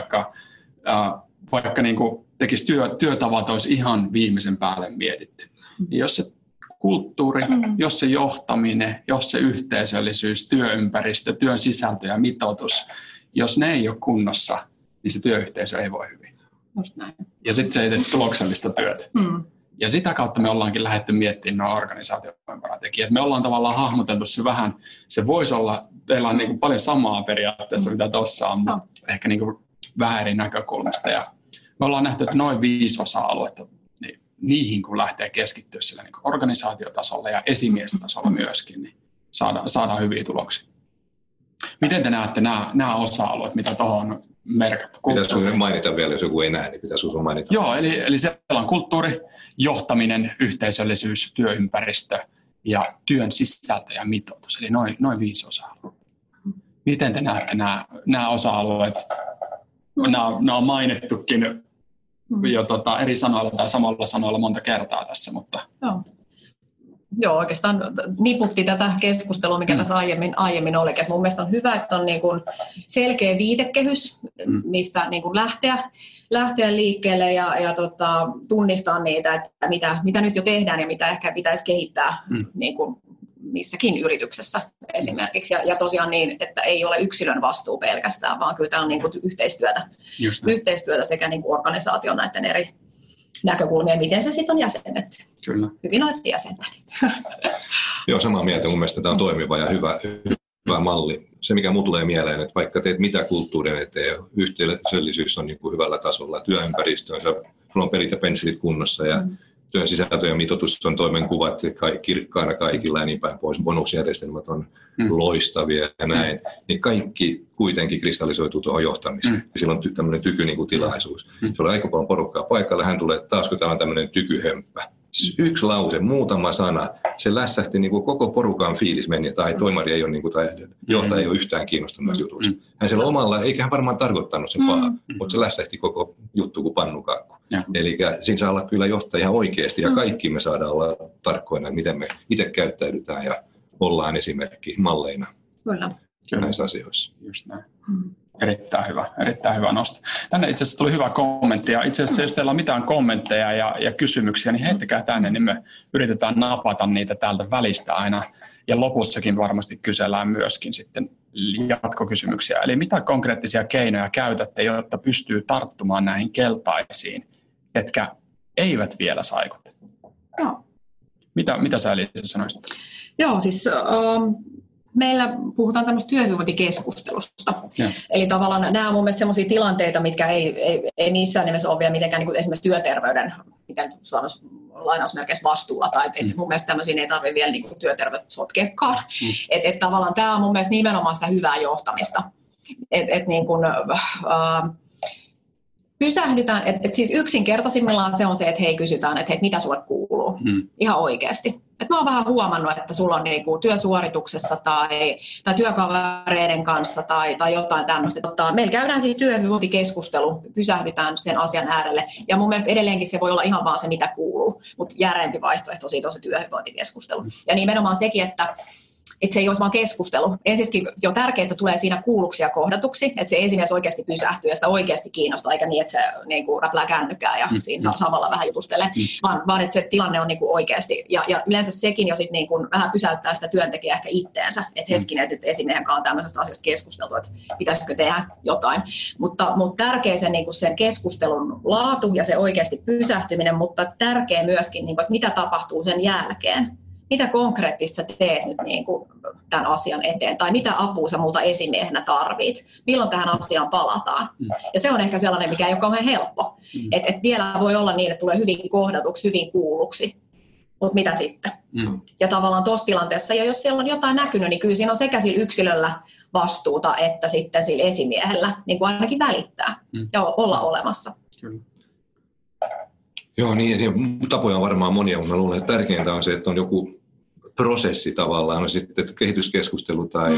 vaikka niin kuin tekisi työtavat olisi ihan viimeisen päälle mietitty. Jos se kulttuuri, jos se johtaminen, jos se yhteisöllisyys, työympäristö, työn sisältö ja mitoitus, jos ne ei ole kunnossa, niin se työyhteisö ei voi hyvin. Just näin. Ja sitten se ei tee tuloksellista työtä. Ja sitä kautta me ollaankin lähdetty miettimään nuo organisaatiotekijät. Me ollaan tavallaan hahmoteltu se vähän, se voisi olla, teillä on niin kuin paljon samaa periaatteessa, mitä tuossa on, mutta ehkä niin kuin vähän eri näkökulmasta. Ja me ollaan nähty, että noin 5 osa-aluetta, niin niihin kun lähtee keskittyä sillä niin kuin organisaatiotasolla ja esimiestasolla myöskin, niin saadaan hyviä tuloksia. Miten te näette nämä osa-alueet, mitä tuohon on merkattu? Pitäisi sinun mainita vielä, jos joku ei näe, niin pitäisi sinun mainita. Joo, eli siellä on kulttuuri, johtaminen, yhteisöllisyys, työympäristö ja työn sisältö ja mitoitus. Eli noin 5 osa-alueita. Miten te näette nämä osa-alueet? Nämä on mainittukin jo eri sanoilla tai samalla sanoilla monta kertaa tässä, mutta... Joo, oikeastaan niputti tätä keskustelua, mikä tässä aiemmin oli. Et mun mielestä on hyvä, että on niin kuin selkeä viitekehys, mistä niin kuin lähteä liikkeelle ja tunnistaa niitä, että mitä nyt jo tehdään ja mitä ehkä pitäisi kehittää niin kuin missäkin yrityksessä esimerkiksi. Ja tosiaan niin, että ei ole yksilön vastuu pelkästään, vaan kyllä tämä on niin kuin yhteistyötä sekä niin kuin organisaation näiden näkökulmia, miten se sitten on jäsennetty. Kyllä. Hyvin olette jäsentäneet. Joo, samaa mieltä. Mun mielestä tämä on toimiva ja hyvä malli. Se, mikä mulle tulee mieleen, että vaikka teet mitä kulttuurin eteen, yhteisöllisyys on niin kuin hyvällä tasolla, työympäristö on, sulla on pelit ja pensselit kunnossa ja työn sisältö ja mitoitus on toimenkuvat kirkkaana kaikilla ja niin päin pois. Bonusjärjestelmät on loistavia ja näin. Niin kaikki kuitenkin kristallisoituu tuohon johtamiseen. Silloin on tämmöinen tykytilaisuus. Se on aika paljon porukkaa paikalla. Hän tulee taas, kun täällä on tämmöinen tykyhömppä. Siis yksi lause, muutama sana, se lässähti niin kuin koko porukan fiilis meni, tai toimari ei ole, niin kuin, tai johtaja ei ole yhtään kiinnostunut jutusta. Hän siellä omalla, eikä hän varmaan tarkoittanut sen pahaa, mutta se lässähti koko juttu kuin pannukakku. Eli siinä saa olla kyllä johtaja ihan oikeasti, ja kaikki me saadaan olla tarkkoina, miten me itse käyttäydytään ja ollaan esimerkki malleina näissä asioissa. Just näin. Erittäin hyvä nosto. Tänne itse asiassa tuli hyvä kommentti, ja itse asiassa jos teillä on mitään kommentteja ja kysymyksiä, niin heittäkää tänne, niin me yritetään napata niitä täältä välistä aina, ja lopussakin varmasti kysellään myöskin sitten jatkokysymyksiä. Eli mitä konkreettisia keinoja käytätte, jotta pystyy tarttumaan näihin keltaisiin, ketkä eivät vielä saikuta? Joo. Mitä sä Elisa sanoisit? Joo, siis meillä puhutaan tämmöistä työhyvinvointikeskustelusta. Eli tavallaan nämä on mun mielestä sellaisia tilanteita, mitkä ei missään nimessä ole vielä mitenkään niin kuin esimerkiksi työterveyden, miten sanoisi, lainausmerkeissä vastuulla, tai mun mielestä tämmöisiä ei tarvitse vielä niin kuin työterveyttä sotkeakaan. Että tavallaan tämä on mun mielestä nimenomaan sitä hyvää johtamista. Niin kuin, pysähdytään, että siis yksinkertaisimmillaan se on se, että hei, kysytään, että hei, mitä sulle kuuluu, ihan oikeasti. Että mä oon vähän huomannut, että sulla on niinku työsuorituksessa tai työkavereiden kanssa tai jotain tämmöistä. Meillä käydään siis työhyvinvointikeskustelu, pysähdytään sen asian äärelle. Ja mun mielestä edelleenkin se voi olla ihan vaan se, mitä kuuluu, mutta järjempi vaihtoehto siitä on se työhyvinvointikeskustelu. Ja nimenomaan sekin, että se ei olisi vaan keskustelu. Ensiskin jo tärkeää, että tulee siinä kuulluksi ja kohdatuksi, että se esimies oikeasti pysähtyy ja sitä oikeasti kiinnostaa, eikä niin, että se niin kuin räplää kännykkää ja siinä samalla vähän jutustelee, vaan että se tilanne on niin kuin oikeasti. Ja yleensä sekin jo sit niin kuin vähän pysäyttää sitä työntekijää ehkä itteensä, että hetkinen, että nyt esimiehen kanssa on tämmöisestä asiasta keskusteltu, että pitäisikö tehdä jotain. Mutta tärkeä niin kuin sen keskustelun laatu ja se oikeasti pysähtyminen, mutta tärkeä myöskin, niin kuin, että mitä tapahtuu sen jälkeen. Mitä konkreettista sä teet nyt niin kuin tämän asian eteen, tai mitä apua sä multa esimiehenä tarvit, milloin tähän asiaan palataan. Ja se on ehkä sellainen, mikä ei ole kauhean helppo. Et vielä voi olla niin, että tulee hyvin kohdatuksi, hyvin kuulluksi, mutta mitä sitten? Ja tavallaan tuossa tilanteessa, ja jos siellä on jotain näkynyt, niin kyllä siinä on sekä sillä yksilöllä vastuuta, että sitten sillä esimiehellä niin kuin ainakin välittää ja olla olemassa. Kyllä. Joo, niin tapoja on varmaan monia, mutta mä luulen, että tärkeintä on se, että on joku prosessi tavallaan, on sitten kehityskeskustelu tai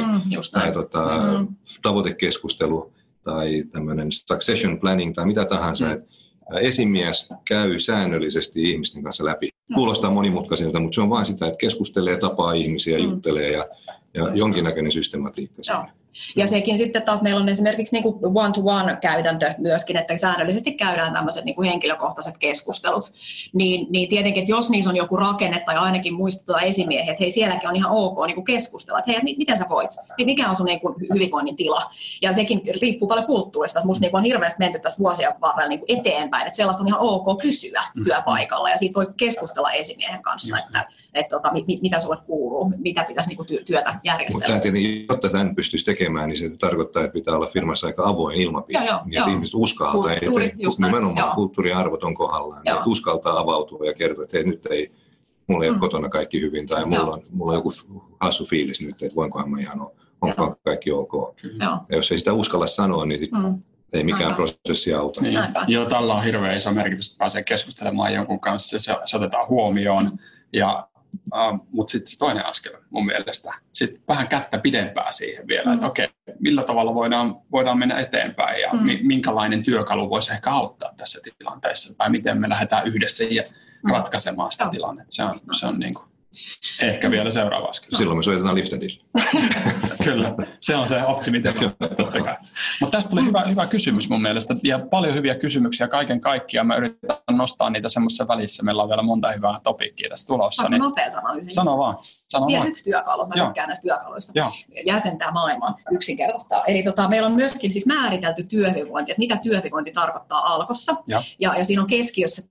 tavoitekeskustelu tai tämmöinen succession planning tai mitä tahansa. Esimies käy säännöllisesti ihmisten kanssa läpi. Kuulostaa monimutkaiselta, mutta se on vain sitä, että keskustelee, tapaa ihmisiä, juttelee ja jonkinnäköinen systematiikka siinä. Ja sekin sitten taas meillä on esimerkiksi niin kuin one-to-one-käytäntö myöskin, että säännöllisesti käydään tämmöiset niin kuin henkilökohtaiset keskustelut. Niin tietenkin, että jos niissä on joku rakenne tai ainakin muistetaan esimiehiä, että hei, sielläkin on ihan ok niin kuin keskustella, että hei, miten sä voit? Mikä on sun niin kuin hyvinvoinnin tila? Ja sekin riippuu paljon kulttuurista. Musta niin kuin on hirveästi menty tässä vuosien varrella niin kuin eteenpäin, että sellaista on ihan ok kysyä työpaikalla ja siitä voi keskustella esimiehen kanssa, että mitä sulle kuuluu, mitä pitäisi niin kuin työtä järjestellä. Mutta jotta tämän pystyisi tekemään, niin se tarkoittaa, että pitää olla firmassa aika avoin ilmapiiri. Niin että ihmiset uskaltaa, nimenomaan kulttuurin arvot on kohdallaan. Että uskaltaa avautua ja kertoa, että hei, nyt ei, mulla ei ole kotona kaikki hyvin, tai mulla on joku hassu fiilis nyt, että voinkohan mä ihan onko kaikki ok. Ja jos ei sitä uskalla sanoa, niin ei mikään prosessi auta. Niin. Joo, tällä on hirveän iso merkitys, että pääsee keskustelemaan jonkun kanssa, se otetaan huomioon. Mutta sitten se toinen askel mun mielestä, sitten vähän kättä pidempää siihen vielä, että okei, millä tavalla voidaan mennä eteenpäin ja minkälainen työkalu voisi ehkä auttaa tässä tilanteessa, tai miten me lähdetään yhdessä ratkaisemaan sitä tilannetta. Se on niin kuin ehkä vielä seuraava askel. Silloin me soitetaan Liftedille. Kyllä, se on se optimiteema. Mutta tästä tuli hyvä kysymys mun mielestä, ja paljon hyviä kysymyksiä kaiken kaikkiaan. Mä yritän nostaa niitä semmoisessa välissä. Meillä on vielä monta hyvää topiikkia tässä tulossa. Niin nopea sanoa yhden. Sano vaan. Vielä yksi työkalu, mä tykkään näistä työkaluista. Jäsentää maailman yksinkertaista. Eli meillä on myöskin siis määritelty työhyvinvointi, että mitä työhyvinvointi tarkoittaa Alkossa. Ja siinä on keskiössä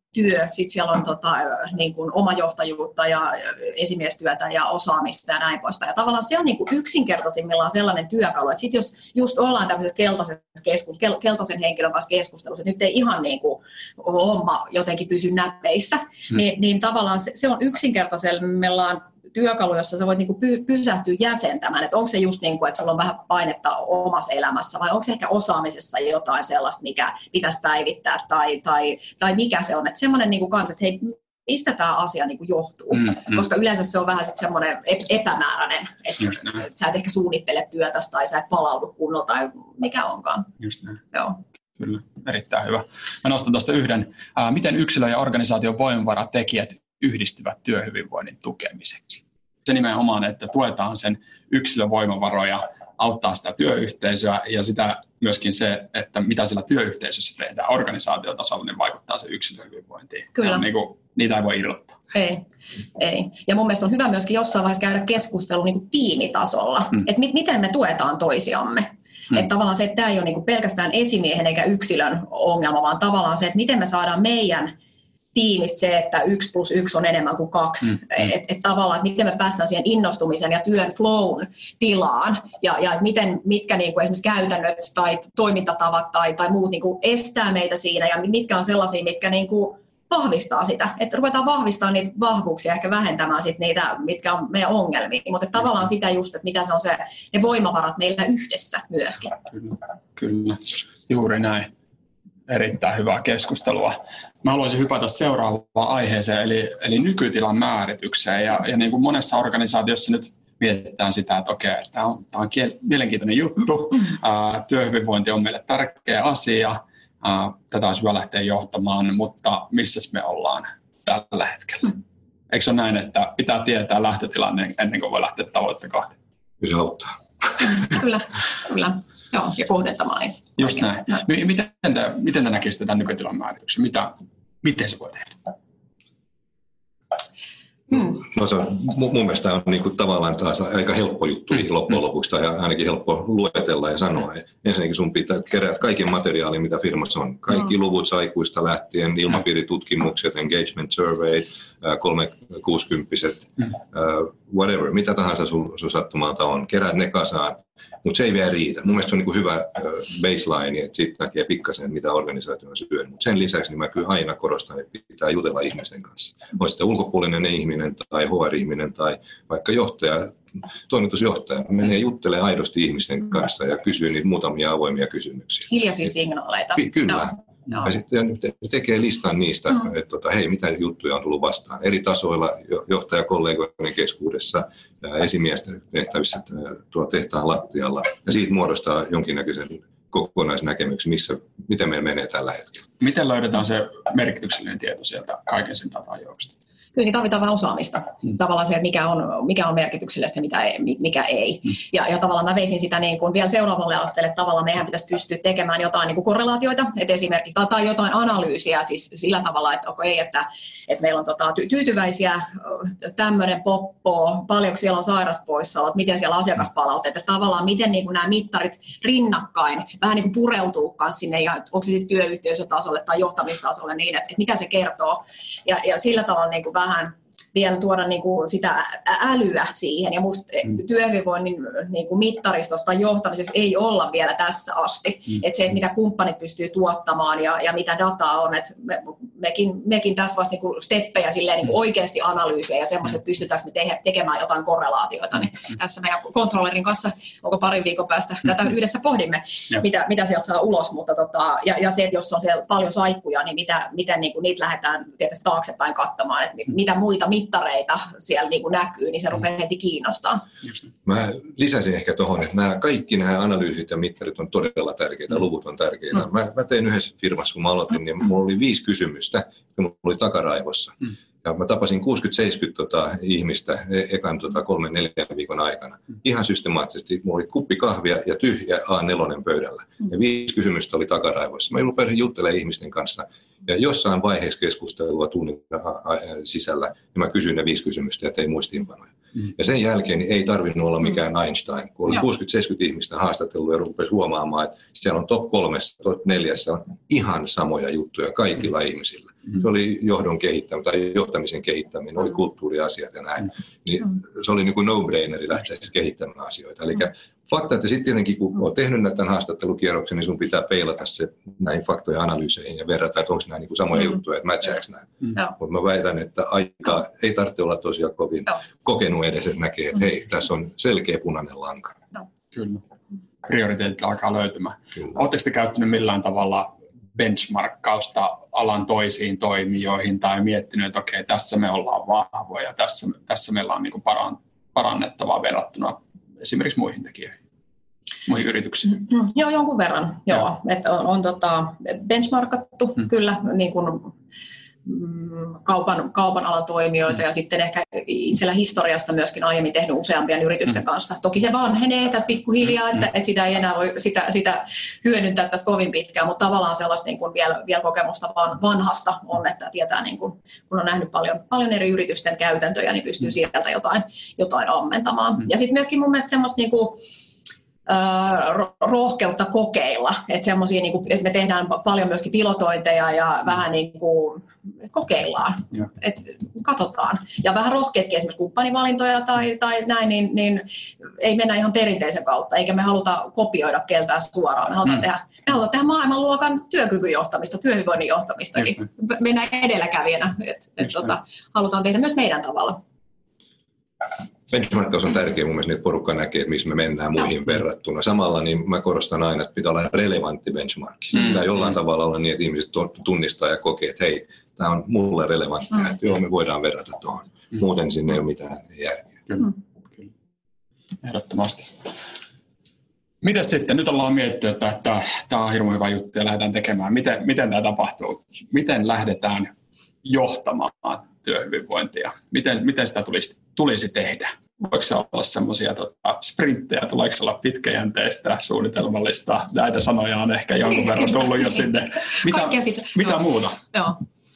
työ, sitten siellä on niin kuin omajohtajuutta ja esimiestyötä ja osaamista ja näin poispäin. Ja tavallaan se on niin kuin yksinkertaisimmillaan sellainen työkalu, että sitten jos just ollaan tämmöisessä keltaisen henkilön kanssa keskustelussa, että nyt ei ihan niin kuin homma jotenkin pysy näppeissä, niin tavallaan se on yksinkertaisimmillaan työkalu, jossa sä voit niinku pysähtyä jäsentämään, että onko se just niin kuin, että sulla on vähän painetta omassa elämässä, vai onko se ehkä osaamisessa jotain sellaista, mikä pitäisi päivittää, tai mikä se on, että semmoinen niinku kanssa, että hei, mistä tämä asia niinku johtuu, koska yleensä se on vähän sitten semmoinen epämääräinen, että sä et ehkä suunnittele työtäsi, tai sä et palaudu kunnolla, tai mikä onkaan. Just näin. Joo. Kyllä, erittäin hyvä. Mä nostan tuosta yhden. Miten yksilö- ja organisaation voimavaratekijät yhdistyvät työhyvinvoinnin tukemiseksi? Se nimenomaan, että tuetaan sen yksilön voimavaroja, auttaa sitä työyhteisöä ja sitä myöskin se, että mitä sillä työyhteisössä tehdään organisaatiotasolla, niin vaikuttaa se yksilön hyvinvointiin. Kyllä. Niin kuin, niitä ei voi irrottaa. Ei. Ja mun mielestä on hyvä myöskin jossain vaiheessa käydä keskustelua niin kuin tiimitasolla, että miten me tuetaan toisiamme. Että tavallaan se, että tämä ei ole niin kuin pelkästään esimiehen eikä yksilön ongelma, vaan tavallaan se, että miten me saadaan meidän tiimistä se, että 1+1 on enemmän kuin 2. Että tavallaan, että miten me päästään siihen innostumisen ja työn flown tilaan ja mitkä niin kuin esimerkiksi käytännöt tai toimintatavat tai muut niin kuin estää meitä siinä ja mitkä on sellaisia, mitkä niin kuin vahvistaa sitä. Että ruvetaan vahvistamaan niitä vahvuuksia, ehkä vähentämään sit niitä, mitkä on meidän ongelmia. Mutta tavallaan sitä just, että mitä se on ne voimavarat meillä yhdessä myöskin. Kyllä. Juuri näin. Erittäin hyvää keskustelua. Mä haluaisin hypätä seuraavaan aiheeseen, eli nykytilan määritykseen. Ja niin kuin monessa organisaatiossa nyt mietitään sitä, että okei, tämä on mielenkiintoinen juttu. Työhyvinvointi on meille tärkeä asia. Tätä olisi hyvä lähteä johtamaan, mutta missä me ollaan tällä hetkellä? Eikö se ole näin, että pitää tietää lähtötilanne ennen kuin voi lähteä tavoitteen kohti? Se auttaa. Kyllä. Joo, ja kohdentamaan niitä. Just näin. Miten te näkisitte tämän nykytilan määrityksen? Miten se voi tehdä? No se on, mun mielestä on niin kuin tavallaan taas aika helppo juttu loppujen lopuksi, tai ainakin helppo luetella ja sanoa. Ensinnäkin sun pitää kerätä kaiken materiaalin, mitä firmassa on. Kaikki luvut saikuista lähtien, ilmapiiritutkimukset, engagement survey, 360-set, whatever, mitä tahansa sun sattumalta on. Keräät ne kasaan, mutta se ei vielä riitä. Mun mielestä se on niin kuin hyvä baseline, että siitä näkee pikkasen, mitä organisaatio on syönyt. Mutta sen lisäksi niin mä kyllä aina korostan, että pitää jutella ihmisten kanssa. On sitten ulkopuolinen ihminen tai HR-ihminen tai vaikka johtaja, toimitusjohtaja, menee juttelemaan aidosti ihmisten kanssa ja kysyy niitä muutamia avoimia kysymyksiä. Hiljaisia signaaleita. Kyllä. No. Ja sitten tekee listan niistä, että hei, mitä juttuja on tullut vastaan. Eri johtajakollegoiden keskuudessa, esimiesten tehtävissä tehtaan lattialla. Ja siitä muodostaa jonkinnäköisen kokonaisnäkemyksen, miten meillä menee tällä hetkellä. Miten löydetään se merkityksellinen tieto sieltä kaiken sen datan joukosta? Kyllä siinä tarvitaan vähän osaamista. Tavallaan se, että mikä on merkityksellistä ja mikä ei. Ja tavallaan mä veisin sitä niin kuin vielä seuraavalle asteelle, että tavallaan meidän pitäisi pystyä tekemään jotain niin kuin korrelaatioita, että esimerkiksi tai jotain analyysiä siis sillä tavalla, että että meillä on tyytyväisiä, tämmöinen poppo, paljonko siellä on sairaspoissaolot, miten siellä asiakaspalautteet, että tavallaan miten niin kuin nämä mittarit rinnakkain vähän niin kuin pureutuu sinne, ja onko se sitten työyhteisötasolle tai johtamistasolle niin, että mitä se kertoo. Ja sillä tavalla niin kuin vähän vielä tuoda niin kuin sitä älyä siihen. Ja musta työhyvinvoinnin niin kuin mittaristosta tai johtamisessa ei olla vielä tässä asti. Että se, että mitä kumppanit pystyy tuottamaan ja mitä dataa on, että mekin tässä vasta niin kuin steppejä silleen, niin kuin oikeasti analyysiä ja semmoiset, että pystytäänkö me tekemään jotain korrelaatioita. Niin tässä meidän kontrollerin kanssa, onko parin viikon päästä tätä yhdessä pohdimme, mitä sieltä saa ulos. Mutta ja se, että jos on siellä paljon saikkuja, niin miten niin kuin niitä lähdetään tietysti taaksepäin katsomaan, että mitä muita mittareita siellä niin kuin näkyy, niin se rupeaa heti kiinnostaa. Mä lisäsin ehkä tuohon, että kaikki nämä analyysit ja mittarit on todella tärkeitä, luvut on tärkeitä. Mä tein yhdessä firmassa, kun mä aloitin, niin mulla oli 5 kysymystä, jotka mulla oli takaraivossa. Ja mä tapasin 60-70 ihmistä ekan 3-4 viikon aikana. Ihan systemaattisesti. Mulla oli kuppi kahvia ja tyhjä A4 pöydällä. Ja 5 kysymystä oli takaraivoissa. Mä rupesin juttelemaan ihmisten kanssa. Ja jossain vaiheessa keskustelua tunnin sisällä, niin mä kysyin ne 5 kysymystä ja tein muistiinpanoja. Ja sen jälkeen niin ei tarvinnut olla mikään Einstein. Kun oli 60-70 ihmistä haastatellut ja rupesi huomaamaan, että siellä on top 3, top 4 on ihan samoja juttuja kaikilla ihmisillä. Se oli johdon kehittäminen tai johtamisen kehittäminen, oli kulttuuriasiat ja näin. Niin se oli niin kuin no-braineri lähteä kehittämään asioita. Eli fakta, että sitten tietenkin kun olet tehnyt tämän haastattelukierroksen, niin sun pitää peilata se näihin faktojen analyyseihin ja verrata, että onko nämä niin kuin samoja juttuja, että matchaako nämä. Mutta mä väitän, että aika ei tarvitse olla tosiaan kovin kokenut edes, että näkee, että hei, tässä on selkeä punainen lanka. Kyllä. Prioriteetit alkaa löytymään. Oletteko te käyttänyt millään tavalla benchmarkkausta alan toisiin toimijoihin tai miettinyt, että okei, tässä me ollaan vahvoja, tässä meillä on niin kuin parannettavaa verrattuna esimerkiksi muihin tekijöihin, muihin yrityksiin? Joo, jonkun verran. Joo. Että on benchmarkattu kyllä niin kuin, kaupan alan toimijoita ja sitten ehkä itsellä historiasta myöskin aiemmin tehnyt useampien yritysten kanssa. Toki se vanhenee tässä pikkuhiljaa, että sitä ei enää voi sitä hyödyntää tässä kovin pitkään, mutta tavallaan sellaista niin kuin vielä kokemusta vanhasta on, että tietää, niin kuin, kun on nähnyt paljon eri yritysten käytäntöjä, niin pystyy sieltä jotain ammentamaan. Ja sitten myöskin mun mielestä semmoista niin kuin, rohkeutta kokeilla, että semmoisia, niin kuin, että me tehdään paljon myöskin pilotointeja ja vähän niin kuin kokeillaan, että katsotaan. Ja vähän rohkeatkin esimerkiksi kumppanivalintoja tai näin, niin ei mennä ihan perinteisen kautta, eikä me haluta kopioida keltään suoraan. Me halutaan tehdä maailmanluokan työkykyjohtamista, työhyvinvoinnin johtamista, eli mennään edelläkävijänä, että halutaan tehdä myös meidän tavalla. Benchmarkkaus on tärkeä mun mielestä, että porukka näkee, että missä me mennään muihin verrattuna. Samalla niin mä korostan aina, että pitää olla relevantti benchmark. Pitää jollain tavalla olla niin, että ihmiset tunnistaa ja kokee, että hei, tämä on mulle relevanttia, että joo, me voidaan verrata tuohon. Muuten sinne ei ole mitään järkeä. Kyllä. Ehdottomasti. Mitäs sitten? Nyt ollaan mietitty, että tämä on hirveän hyvä juttu ja lähdetään tekemään. Miten tämä tapahtuu? Miten lähdetään johtamaan työhyvinvointia? Miten sitä tulisi tehdä? Voiko se olla semmoisia sprinttejä, tuleeko se olla pitkäjänteistä, suunnitelmallista? Näitä sanoja on ehkä jonkun verran tullut jo sinne. Mitä muuta? Joo.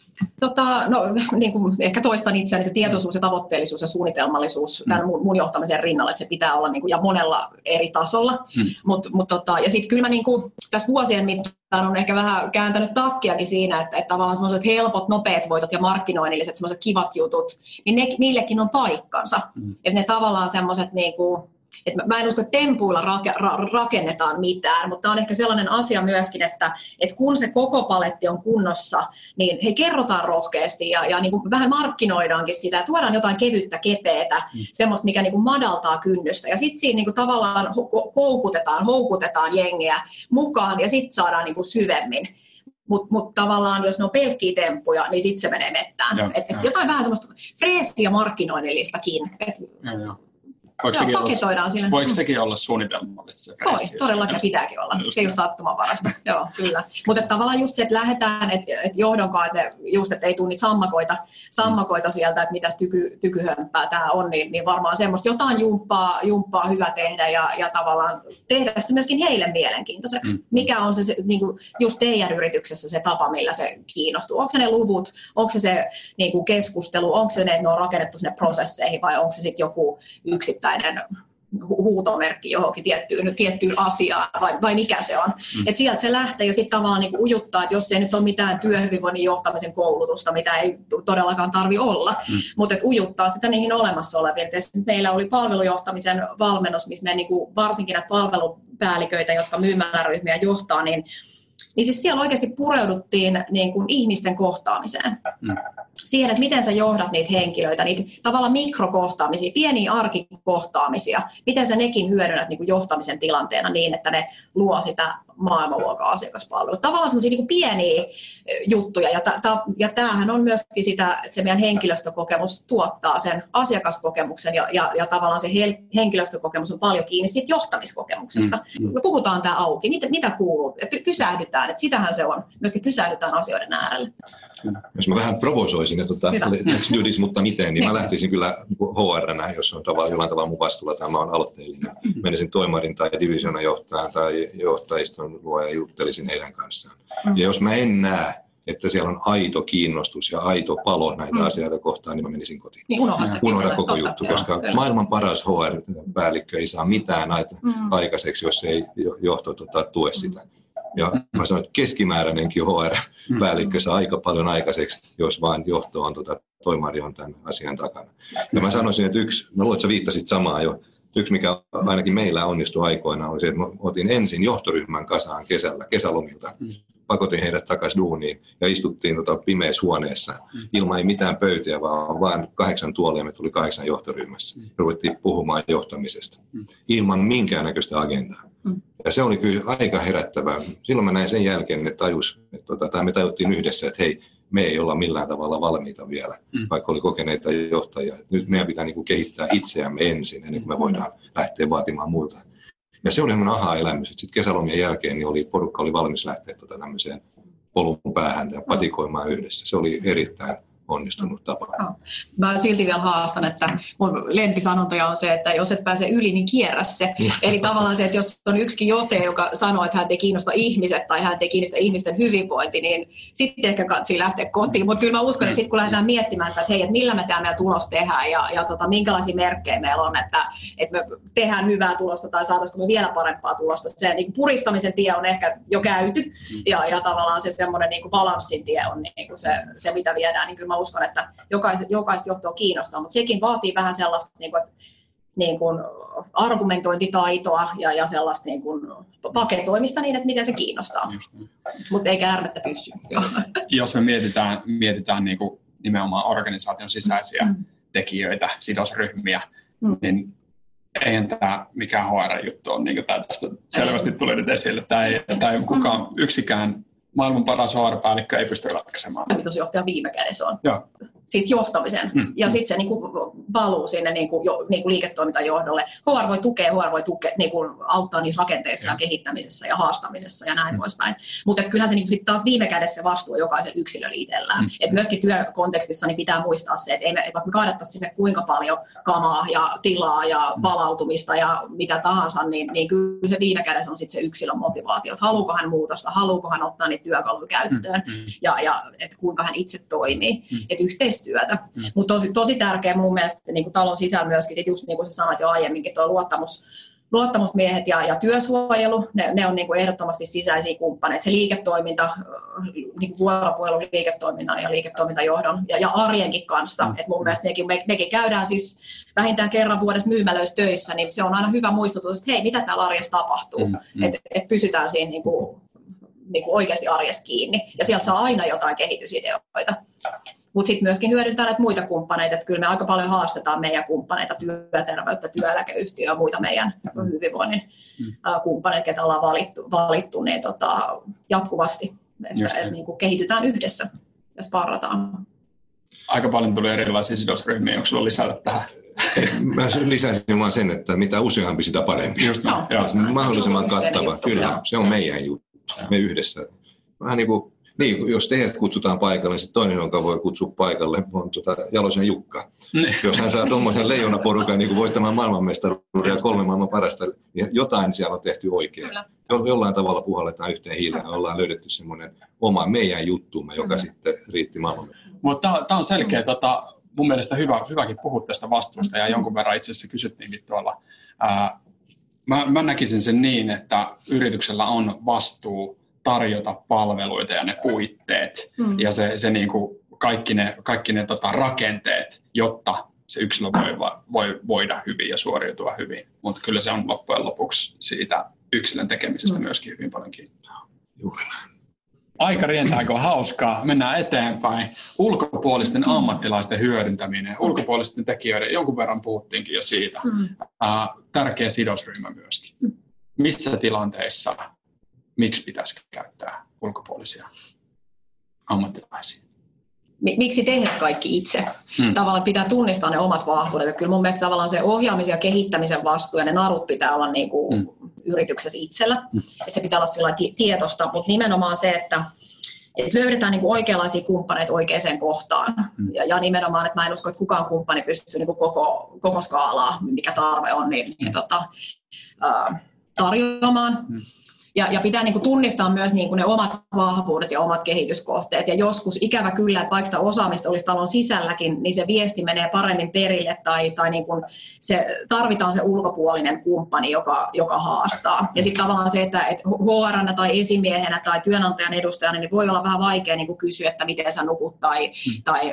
Niin kuin ehkä toistan itseäni, se tietoisuus ja tavoitteellisuus ja suunnitelmallisuus tämän mun johtamisen rinnalla, että se pitää olla niin kuin, ja monella eri tasolla. Ja sitten kyllä mä niin kuin, tässä vuosien mittaan on ehkä vähän kääntänyt takkiakin siinä, että tavallaan semmoiset helpot, nopeat voitot ja markkinoinnilliset semmoiset kivat jutut, niin niillekin on paikkansa. Että ne tavallaan semmoiset niin kuin, että mä en usko, että tempuilla rakennetaan mitään, mutta on ehkä sellainen asia myöskin, että kun se koko paletti on kunnossa, niin hei, kerrotaan rohkeasti ja niin kuin vähän markkinoidaankin sitä ja tuodaan jotain kevyttä, kepeätä, semmoista, mikä niin kuin madaltaa kynnystä. Ja sitten siinä niin kuin tavallaan houkutetaan jengiä mukaan ja sitten saadaan niin kuin syvemmin. Mutta tavallaan, jos ne on pelkkiä temppuja, niin sitten se menee mettään. Jotain vähän semmoista freesiä markkinoinnillistakin. Voiko sekin olla suunnitelmallista? Todellakin pitääkin olla. Se ei ole sattumanvaraista. Joo, kyllä. Mutta tavallaan just se, että lähdetään, että johdonkaan, että ei tule niitä sammakoita sieltä, että mitäs tykyhömpää tämä on, niin varmaan semmoista jotain jumppaa hyvä tehdä ja tavallaan tehdä se myöskin heille mielenkiintoiseksi. Mikä on se niin kuin just teidän yrityksessä se tapa, millä se kiinnostuu? Onko se ne luvut, onko se niin kuin keskustelu, onko se ne, että ne on rakennettu sinne prosesseihin vai onko se sitten joku yksittäinen huutomerkki johonkin tiettyyn asiaan, vai mikä se on. Et sieltä se lähtee ja sitten tavallaan niinku ujuttaa, että jos ei nyt ole mitään työhyvinvoinnin johtamisen koulutusta, mitä ei todellakaan tarvitse olla, mutta ujuttaa sitä niihin olemassa oleviin. Meillä oli palvelujohtamisen valmennus, missä me niinku, varsinkin näitä palvelupäälliköitä, jotka myymäläryhmiä johtaa, niin siis siellä oikeasti pureuduttiin niin kuin ihmisten kohtaamiseen. Siihen, että miten sä johdat niitä henkilöitä, niitä tavallaan mikrokohtaamisia, pieniä arkikohtaamisia, miten sä nekin hyödynnät niin kuin johtamisen tilanteena niin, että ne luo sitä maailmanluokan asiakaspalvelua. Tavallaan semmoisia niin kuin pieniä juttuja, ja tämähän on myöskin sitä, että se meidän henkilöstökokemus tuottaa sen asiakaskokemuksen, ja tavallaan se henkilöstökokemus on paljon kiinni siitä johtamiskokemuksesta. Me puhutaan tämä auki, mitä kuuluu, pysähdytään, että sitähän se on, myöskin pysähdytään asioiden äärelle. Jos mä vähän provosoisin, että let's do this, mutta miten, niin mä lähtisin kyllä HR:nä, jos on jollain tavalla mun vastuulla tai mä oon aloitteellinen. Menisin toimarin tai divisionan johtajan tai johtajiston luo ja juttelisin heidän kanssaan. Ja jos mä en näe että siellä on aito kiinnostus ja aito palo näitä asioita kohtaan, niin mä menisin kotiin. Niin unohda koko juttu, koska maailman paras HR-päällikkö ei saa mitään näitä aikaiseksi, jos ei johto tue sitä. Ja mä sanoin, että keskimääräinenkin HR-päällikkö saa aika paljon aikaiseksi, jos vain johto on toimari on tämän asian takana. Ja mä sanoisin, että mä luulen, että sä viittasit samaa jo. Yksi, mikä ainakin meillä onnistui aikoinaan, oli se, että mä otin ensin johtoryhmän kasaan kesälomilta. Pakotin heidät takaisin duuniin ja istuttiin pimeässä huoneessa. Ilman ei mitään pöytiä, vaan vain 8 tuolia, me tuli 8 johtoryhmässä. Ruvettiin puhumaan johtamisesta ilman minkäännäköistä agendaa. Ja se oli kyllä aika herättävää. Silloin mä näin sen jälkeen, että me tajuttiin yhdessä, että hei, me ei olla millään tavalla valmiita vielä, vaikka oli kokeneita johtajia. Nyt meidän pitää kehittää itseämme ensin, ennen kuin me voidaan lähteä vaatimaan muilta. Ja se oli semmoinen aha-elämys, että sitten kesälomien jälkeen niin porukka oli valmis lähteä tämmöiseen polun päähän ja patikoimaan yhdessä. Se oli erittäin onnistunut tapa. Mä silti vielä haastan, että mun lempisanontoja on se, että jos et pääse yli, niin kierrä se. Eli tavallaan se, että jos on yksikin johtaja, joka sanoo, että hän ei kiinnosta ihmiset tai hän ei kiinnosta ihmisten hyvinvointi, niin sitten ehkä katsii lähteä kotiin. Mutta kyllä mä uskon, että sitten kun lähdetään miettimään sitä, että hei, että millä me tämä meidän tulos tehdään ja minkälaisia merkkejä meillä on, että me tehdään hyvää tulosta tai saataisiko me vielä parempaa tulosta. Se niin kuin puristamisen tie on ehkä jo käyty ja tavallaan se semmoinen niin kuin balanssin tie on niin kuin se, mitä viedään. Niin kyllä mä uskon, että jokaista johtoa kiinnostaa, mutta sekin vaatii vähän sellaista niin kuin argumentointitaitoa ja sellaista niin kuin paketoimista niin, että miten se kiinnostaa, mutta ei käärmettä pysy. Jos me mietitään niin kuin nimenomaan organisaation sisäisiä tekijöitä, sidosryhmiä, niin eihän tämä mikään HR-juttu on, niin kuin tämä tästä selvästi tuli nyt esille, tai yksikään maailman paras HR-päällikkö ei pysty ratkaisemaan. Toimitusjohtaja viime kädessä on. Joo. Siis johtamisen. Ja sitten se niinku valuu sinne niinku liiketoimintajohdolle. HR voi tukea, niinku auttaa niissä rakenteissa ja kehittämisessä ja haastamisessa ja näin poispäin. Mutta kyllähän se niinku sit taas viime kädessä se vastuu jokaisen yksilön itsellään. Et myöskin työkontekstissa niin pitää muistaa se, että vaikka me kaadettaisiin sinne kuinka paljon kamaa ja tilaa ja palautumista ja mitä tahansa, niin kyllä se viime kädessä on sit se yksilön motivaatio. Että haluuko hän muutosta, haluuko hän ottaa niitä työkaluja käyttöön ja että kuinka hän itse toimii. Että yhteistyötä. Mutta tosi tärkeä mun mielestä niin kuin talon sisällä myöskin, just niin kuin sä sanoit jo aiemminkin, tuo luottamusmiehet ja työsuojelu, ne on niin kuin ehdottomasti sisäisiä kumppaneita. Se liiketoiminta, niin kuin vuoropuhelu liiketoiminnan ja liiketoimintajohdon ja arjenkin kanssa. Et mun mielestä mekin käydään siis vähintään kerran vuodessa myymälöissä töissä, niin se on aina hyvä muistutus, että hei, mitä täällä arjessa tapahtuu. Että pysytään siinä niin kuin oikeasti arjessa kiinni. Ja sieltä saa aina jotain kehitysideoita. Mutta sitten myöskin hyödyntää näitä muita kumppaneita. Että kyllä me aika paljon haastetaan meidän kumppaneita, työterveyttä, työeläkeyhtiöä ja muita meidän hyvinvoinnin kumppaneita, ketä ollaan valittu niin jatkuvasti. Että niin kuin kehitytään yhdessä ja sparrataan. Aika paljon tuli erilaisia sidosryhmiä. Onko sinulla lisätä tähän? Mä lisäisin vaan sen, että mitä useampi, sitä parempi. Just mahdollisimman kattava. Kyllä, se on meidän juttu. Me yhdessä. Vähän niin, jos teidät kutsutaan paikalle, niin sitten toinen, jonka voi kutsua paikalle, on Jalosen Jukka. Jos hän saa tuommoisen leijonaporukan niin voittamaan maailmanmestaruuden ja 3 maailman parasta, niin jotain siellä on tehty oikein. Jollain tavalla puhalletaan yhteen hiileen ja ollaan löydetty semmoinen oma meidän juttumme, joka sitten riitti maailmalle. Mutta tämä on selkeä, mun mielestä hyväkin puhua tästä vastuusta ja jonkun verran itse asiassa kysyttiinkin tuolla. Mä näkisin sen niin, että yrityksellä on vastuu tarjota palveluita ja ne puitteet ja se niin kuin kaikki ne rakenteet, jotta se yksilö voi voida hyvin ja suoriutua hyvin. Mutta kyllä se on loppujen lopuksi siitä yksilön tekemisestä myöskin hyvin paljon kiinni. Aika rientääkö hauskaa, mennään eteenpäin. Ulkopuolisten ammattilaisten hyödyntäminen, ulkopuolisten tekijöiden, jonkun verran puhuttiinkin jo siitä. Tärkeä sidosryhmä myöskin. Missä tilanteissa, miksi pitäisi käyttää ulkopuolisia ammattilaisia? Miksi tehdä kaikki itse? Tavallaan pitää tunnistaa ne omat vahvuudet. Kyllä mun mielestä tavallaan se ohjaamisen ja kehittämisen vastuu ja ne narut pitää olla niin kuin yrityksessä itsellä. Että se pitää olla sillä tietoista, mutta nimenomaan se, että löydetään niin kuin oikeanlaisia kumppaneita oikeaan kohtaan. Ja nimenomaan, että mä en usko, että kukaan kumppani pystyy niin kuin koko skaalaa, mikä tarve on, tarjoamaan. Ja pitää niin kuin tunnistaa myös niin kuin ne omat vahvuudet ja omat kehityskohteet. Ja joskus ikävä kyllä, että vaikka sitä osaamista olisi talon sisälläkin, niin se viesti menee paremmin perille tai niin kuin tarvitaan se ulkopuolinen kumppani, joka haastaa. Ja sitten tavallaan se, että HR tai esimiehenä tai työnantajan edustajana niin voi olla vähän vaikea niin kuin kysyä, että miten sä nukut tai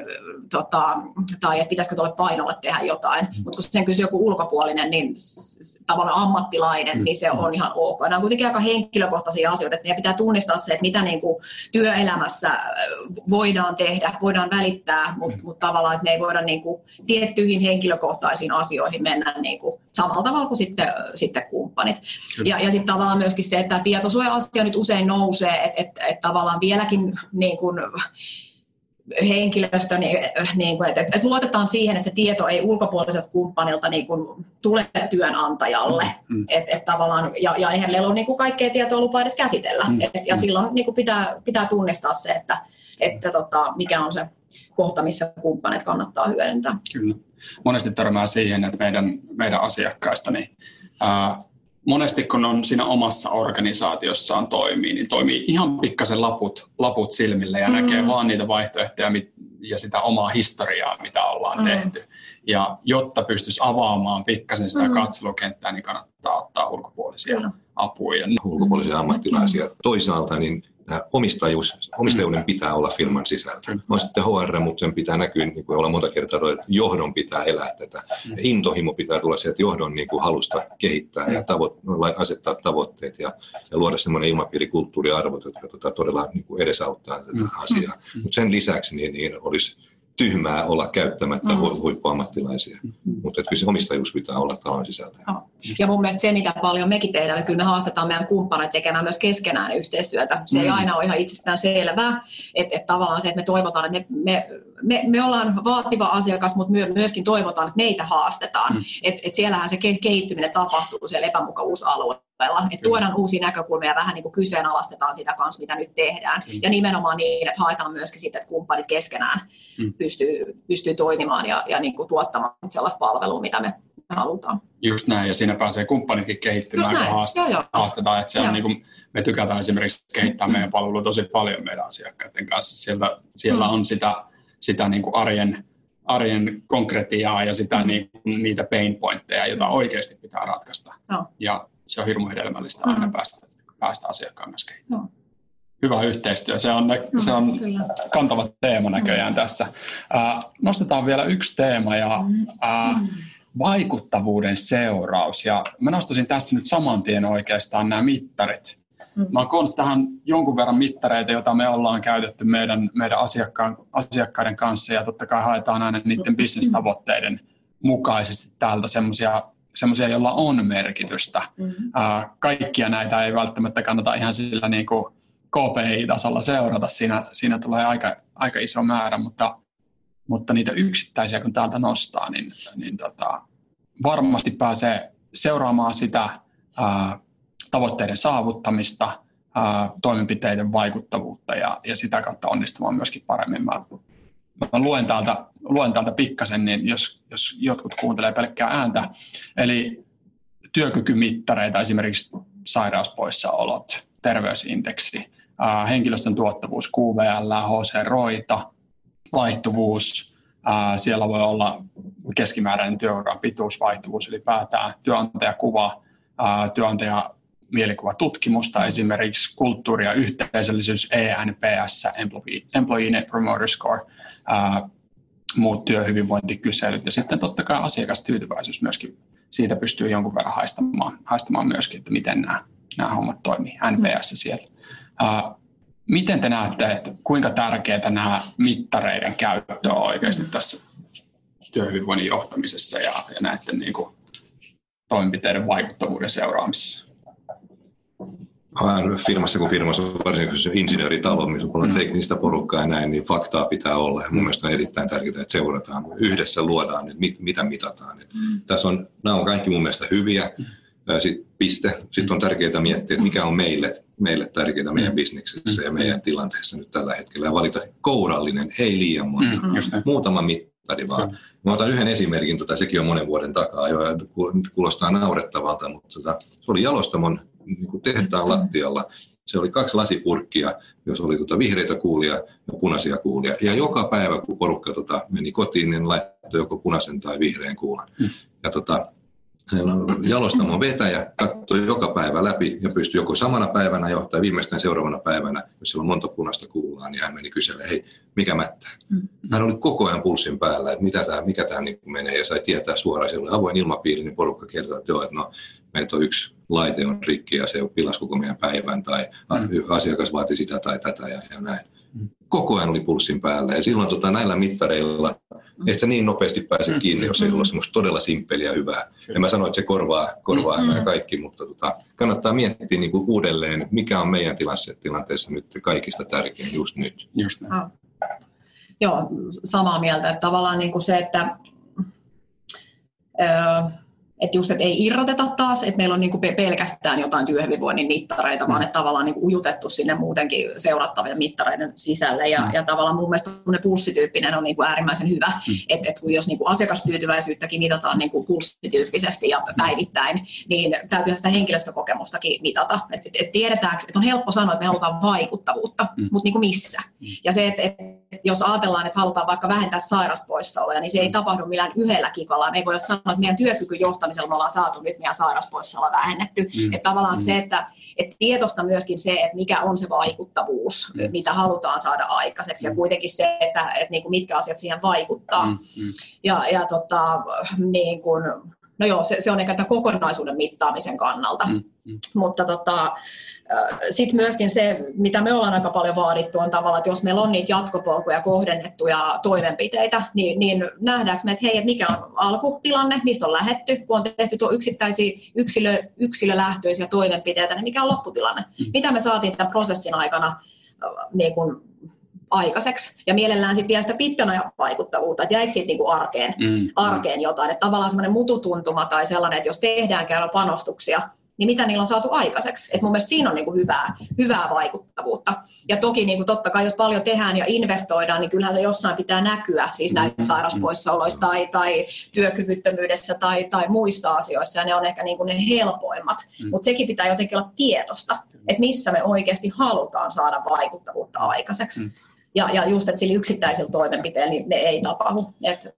että pitäisikö tuolle painolle tehdä jotain. Mutta kun sen kysyy joku ulkopuolinen, niin tavallaan ammattilainen, niin se on ihan ok. Nämä on kuitenkin aika henkilökohtaisia asioita, että meidän pitää tunnistaa se, että mitä niin kuin työelämässä voidaan tehdä, voidaan välittää, mutta tavallaan, että me ei voida niin kuin tiettyihin henkilökohtaisiin asioihin mennä niin kuin samalla tavalla kuin sitten kumppanit. Ja sitten tavallaan myöskin se, että tietosuoja-asia nyt usein nousee, että tavallaan vieläkin niin kuin henkilöstö, että luotetaan siihen, että se tieto ei ulkopuoliselta kumppanilta niin kuin tule työnantajalle. Tavallaan, ja eihän meillä ole niin kuin kaikkea tietoa lupa edes käsitellä. Ja silloin niin kuin pitää tunnistaa se, että mikä on se kohta, missä kumppanit kannattaa hyödyntää. Kyllä. Monesti törmää siihen, että meidän asiakkaista niin, monesti kun on siinä omassa organisaatiossaan toimii, niin toimii ihan pikkasen laput silmille ja näkee vaan niitä vaihtoehtoja ja sitä omaa historiaa, mitä ollaan tehty. Ja jotta pystyisi avaamaan pikkasen sitä katselukenttää, niin kannattaa ottaa ulkopuolisia apuja. Ulkopuolisia ammattilaisia. Toisaalta niin omistajuuden pitää olla firman sisällä. On sitten HR, mutta sen pitää näkyä, niin kuin ollaan monta kertaa, että johdon pitää elää tätä. Intohimo pitää tulla sieltä johdon niin kuin halusta kehittää ja asettaa tavoitteet ja luoda semmoinen ilmapiiri, kulttuuri ja arvot, jotka todella niin kuin edesauttaa tätä asiaa. Mutta sen lisäksi niin olisi tyhmää olla käyttämättä huippuammattilaisia. Mutta kyllä se omistajuus pitää olla talon sisällä. Ja mun mielestä se, mitä paljon mekin tehdään, että kyllä me haastetaan meidän kumppaneita tekemään myös keskenään yhteistyötä. Se ei aina ole ihan itsestään selvää, että tavallaan se, että me toivotaan, että me ollaan vaativa asiakas, mutta myöskin toivotaan, että meitä haastetaan. Että siellähän se kehittyminen tapahtuu siellä epämukavuusalueella. Että tuodaan uusia näkökulmia ja vähän niin kuin kyseenalaistetaan sitä kanssa, mitä nyt tehdään. Ja nimenomaan niin, että haetaan myöskin sitten, että kumppanit keskenään pystyy toimimaan ja niin kuin tuottamaan sellaista palvelua, mitä me halutaan. Just näin, ja siinä pääsee kumppanitkin kehittymään, kun haastetaan. Että se on, niin kuin, me tykätään esimerkiksi kehittää meidän palvelua tosi paljon meidän asiakkaiden kanssa. Siellä on sitä niin kuin arjen konkretiaa ja sitä niitä pain pointteja, joita oikeasti pitää ratkaista. Ja se on hirmu hedelmällistä aina päästä asiakkaan kanssa kehittämään. Hyvä yhteistyö. Se on kantava teema näköjään tässä. Nostetaan vielä yksi teema ja vaikuttavuuden seuraus. Ja mä nostaisin tässä nyt saman tien oikeastaan nämä mittarit. Mä oon koonnut tähän jonkun verran mittareita, joita me ollaan käytetty meidän asiakkaiden kanssa ja totta kai haetaan aina niiden business-tavoitteiden mukaisesti täältä semmoisia, joilla on merkitystä. Kaikkia näitä ei välttämättä kannata ihan sillä niin kuin KPI-tasolla seurata. Siinä tulee aika iso määrä, mutta niitä yksittäisiä kun täältä nostaa, niin varmasti pääsee seuraamaan sitä tavoitteiden saavuttamista, toimenpiteiden vaikuttavuutta ja sitä kautta onnistumaan myöskin paremmin. Mä luen täältä pikkasen, niin jos jotkut kuuntelee pelkkää ääntä. Eli työkykymittareita, esimerkiksi sairauspoissaolot, terveysindeksi, henkilöstön tuottavuus, QVL, HC-roita, vaihtuvuus. Siellä voi olla keskimääräinen työuran pituus, vaihtuvuus ylipäätään, työnantajakuva, työnantajamielikuvatutkimusta, esimerkiksi kulttuuri- ja yhteisöllisyys, ENPS, Employee Net Promoter Score, muut työhyvinvointikyselyt ja sitten totta kai asiakastyytyväisyys myöskin. Siitä pystyy jonkun verran haistamaan myöskin, että miten nämä hommat toimii, NPS siellä. Miten te näette, että kuinka tärkeää nämä mittareiden käyttö on oikeasti tässä työhyvinvoinnin johtamisessa ja näiden niin kuin toimenpiteiden vaikuttavuuden seuraamisessa? Firmassa kuin firmassa, varsinkin jos on insinööritalo, missä on teknistä porukkaa ja näin, niin faktaa pitää olla. Ja mun mielestä on erittäin tärkeää, että seurataan. Yhdessä luodaan, että mitä mitataan. Nämä on kaikki mun mielestä hyviä. Sitten piste. Sitten on tärkeää miettiä, että mikä on meille tärkeää meidän bisneksessä ja meidän tilanteessa nyt tällä hetkellä. Ja valita kourallinen, ei liian monta. Muutama mittari vaan. Mä otan yhden esimerkin, sekin on monen vuoden takaa jo, kuulostaa naurettavalta, mutta se oli Jalostamon niin kuin tehtaan lattialla. Se oli 2 lasipurkkia, jos oli vihreitä kuulia ja punaisia kuulia. Ja joka päivä, kun porukka meni kotiin, niin laittoi joko punaisen tai vihreän kuulan. Ja jalostamon vetäjä katsoi joka päivä läpi ja pystyi joko samana päivänä tai viimeistään seuraavana päivänä, jos siellä on monta punaista kuulaa, niin hän meni kyselemään, hei, mikä mättää? Hän oli koko ajan pulssin päällä, että mikä tämä niin menee, ja sai tietää suoraan, siellä oli avoin ilmapiiri, niin porukka kertoi, että joo, että no, meiltä on yksi laite on rikki ja se pilasi koko meidän päivän, tai asiakas vaati sitä tai tätä ja näin. Koko ajan oli pulssin päällä, ja silloin näillä mittareilla et sä niin nopeasti pääse kiinni, jos ei ole semmoista todella simppeliä hyvää. En mä sano, että se korvaa nämä kaikki, mutta kannattaa miettiä niin kuin uudelleen, mikä on meidän tilanteessa nyt kaikista tärkein just nyt. Just näin. Joo, samaa mieltä. Että tavallaan niin kuin se, että just, että ei irroteta taas, että meillä on niin kuin pelkästään jotain työhyvinvoinnin mittareita, vaan että tavallaan niin kuin ujutettu sinne muutenkin seurattavien mittareiden sisälle. Ja tavallaan mun mielestä pulssityyppinen on niin kuin äärimmäisen hyvä, että kun jos niin kuin asiakastyytyväisyyttäkin mitataan niin kuin pulssityyppisesti ja päivittäin, niin täytyy sitä henkilöstökokemustakin mitata. Että tiedetäänkö, että on helppo sanoa, että me halutaan vaikuttavuutta, mutta niin kuin missä? Ja se, että jos ajatellaan, että halutaan vaikka vähentää sairauspoissaoloja, niin se ei tapahdu millään yhdellä kikalla. Me ei voida sanoa, että meidän työkykyjohtamisella me ollaan saatu nyt meidän sairauspoissaoloja vähennetty. Että tavallaan se, että tietosta myöskin se, että mikä on se vaikuttavuus, mitä halutaan saada aikaiseksi, ja kuitenkin se, että niin kuin mitkä asiat siihen vaikuttaa. Niin kuin, no joo, se on ehkä tämän kokonaisuuden mittaamisen kannalta. Mutta sitten myöskin se, mitä me ollaan aika paljon vaadittu, on tavallaan, että jos meillä on niitä jatkopolkuja kohdennettuja toimenpiteitä, niin nähdäänkö me, että hei, mikä on alkutilanne, mistä on lähdetty, kun on tehty tuo yksittäisiä yksilölähtöisiä toimenpiteitä, niin mikä on lopputilanne? Mitä me saatiin tämän prosessin aikana niin kuin aikaiseksi, ja mielellään sitten vielä sitä pitkän ajan vaikuttavuutta, että jäikö siitä niinku arkeen jotain, että tavallaan semmoinen mututuntuma tai sellainen, että jos tehdään kerran panostuksia, niin mitä niillä on saatu aikaiseksi. Et mun mielestä siinä on niinku hyvää vaikuttavuutta. Ja toki niinku totta kai, jos paljon tehdään ja investoidaan, niin kyllähän se jossain pitää näkyä, siis näissä sairauspoissaoloissa tai työkyvyttömyydessä tai muissa asioissa, ja ne on ehkä niinku ne helpoimmat. Mutta sekin pitää jotenkin olla tietosta, että missä me oikeasti halutaan saada vaikuttavuutta aikaiseksi. Ja just, että sillä yksittäisellä toimenpiteellä niin ne ei tapahdu.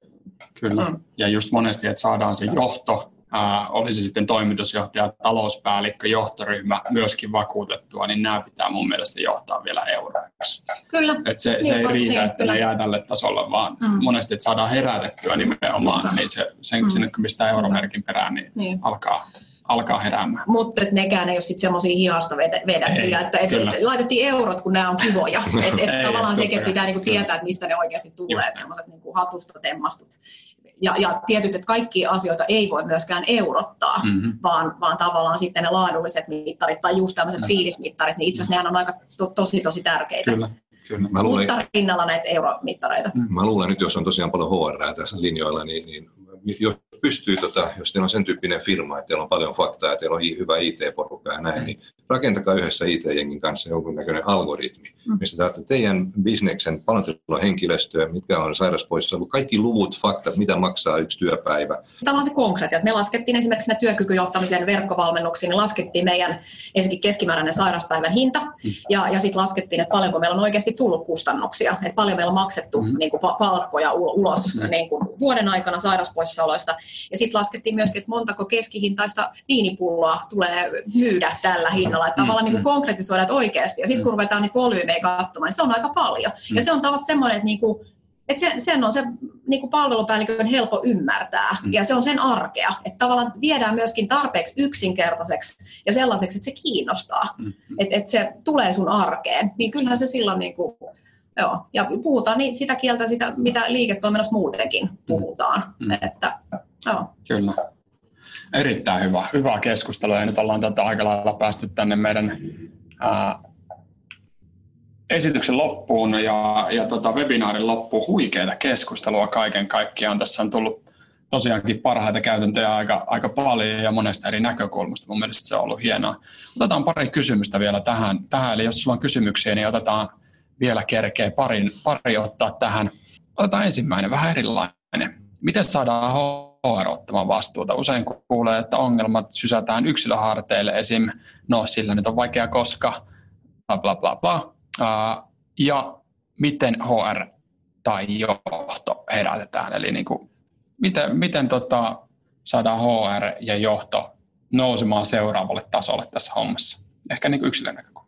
Kyllä. Ja just monesti, että saadaan se johto, olisi sitten toimitusjohtaja, talouspäällikkö, johtoryhmä myöskin vakuutettua, niin nämä pitää mun mielestä johtaa vielä euroiksi. Kyllä. Että se ei riitä, että ne jää tälle tasolle, vaan monesti, että saadaan herätettyä nimenomaan, niin sinne kun pistää euromerkin perään, niin alkaa heräämään. Mutta nekään ei ole sitten semmoisia hihasta vedettyjä, että laitettiin eurot, kun nämä on kivoja. Tavallaan sekin pitää niinku tietää, että mistä ne oikeasti tulee, että semmoiset niinku hatusta temmastut. Ja tietyt, että kaikkia asioita ei voi myöskään eurottaa, vaan tavallaan sitten ne laadulliset mittarit tai just tämmöiset fiilismittarit, niin itse asiassa nehän on aika tosi tärkeitä. Kyllä. Mutta rinnalla näitä euromittareita. Mä luulen nyt, jos on tosiaan paljon HR tässä linjoilla, niin jos pystyy, jos teillä on sen tyyppinen firma, että teillä on paljon faktaa ja teillä on hyvä IT-porukka ja näin, niin rakentakaa yhdessä IT-jengin kanssa jonkunnäköinen algoritmi, mistä saatte teidän bisneksen, paljon teillä on henkilöstöä, mitkä on sairauspoissaolo, kaikki luvut, faktat, mitä maksaa yksi työpäivä. Tämä on se konkreettia. Me laskettiin esimerkiksi ne työkykyjohtamisen verkkovalmennuksiin, niin laskettiin meidän ensinnäkin keskimääräinen sairauspäivän hinta, ja sitten laskettiin, että paljonko meillä on oikeasti tullut kustannuksia, että paljon meillä on maksettu niin kuin palkkoja ulos niin kuin vuoden aikana sairauspoissaoloista. Ja sitten laskettiin myöskin, että montako keskihintaista viinipulloa tulee myydä tällä hinnalla. Että tavallaan niin kuin konkretisoida, että oikeasti. Ja sitten kun ruvetaan niitä volyymeja katsomaan, niin se on aika paljon. Ja se on taas semmoinen, että, niinku, että sen on se niinku palvelupäällikön helppo ymmärtää. Ja se on sen arkea. Että tavallaan viedään myöskin tarpeeksi yksinkertaiseksi ja sellaiseksi, että se kiinnostaa. Että se tulee sun arkeen. Niin kyllähän se silloin... Niinku, joo. Ja puhutaan sitä kieltä, mitä liiketoiminnassa muutenkin puhutaan. Että, joo. Kyllä. Erittäin hyvä keskustelu, ja nyt ollaan aika lailla päästy tänne meidän esityksen loppuun ja webinaarin loppuun. Huikeita keskustelua kaiken kaikkiaan. Tässä on tullut tosiaankin parhaita käytäntöjä aika paljon ja monesta eri näkökulmasta. Mun mielestä se on ollut hienoa. Otetaan pari kysymystä vielä tähän. Eli jos sulla on kysymyksiä, niin otetaan vielä kerkeä pari ottaa tähän. Otetaan ensimmäinen, vähän erilainen. Miten saadaan HR ottamaan vastuuta. Usein kuulee, että ongelmat sysätään yksilöharteille esim. No sillä nyt on vaikea koska bla bla bla bla. Ja miten HR tai johto herätetään, eli niin kuin, miten saadaan HR ja johto nousemaan seuraavalle tasolle tässä hommassa, ehkä niin kuin yksilön näkökulmasta.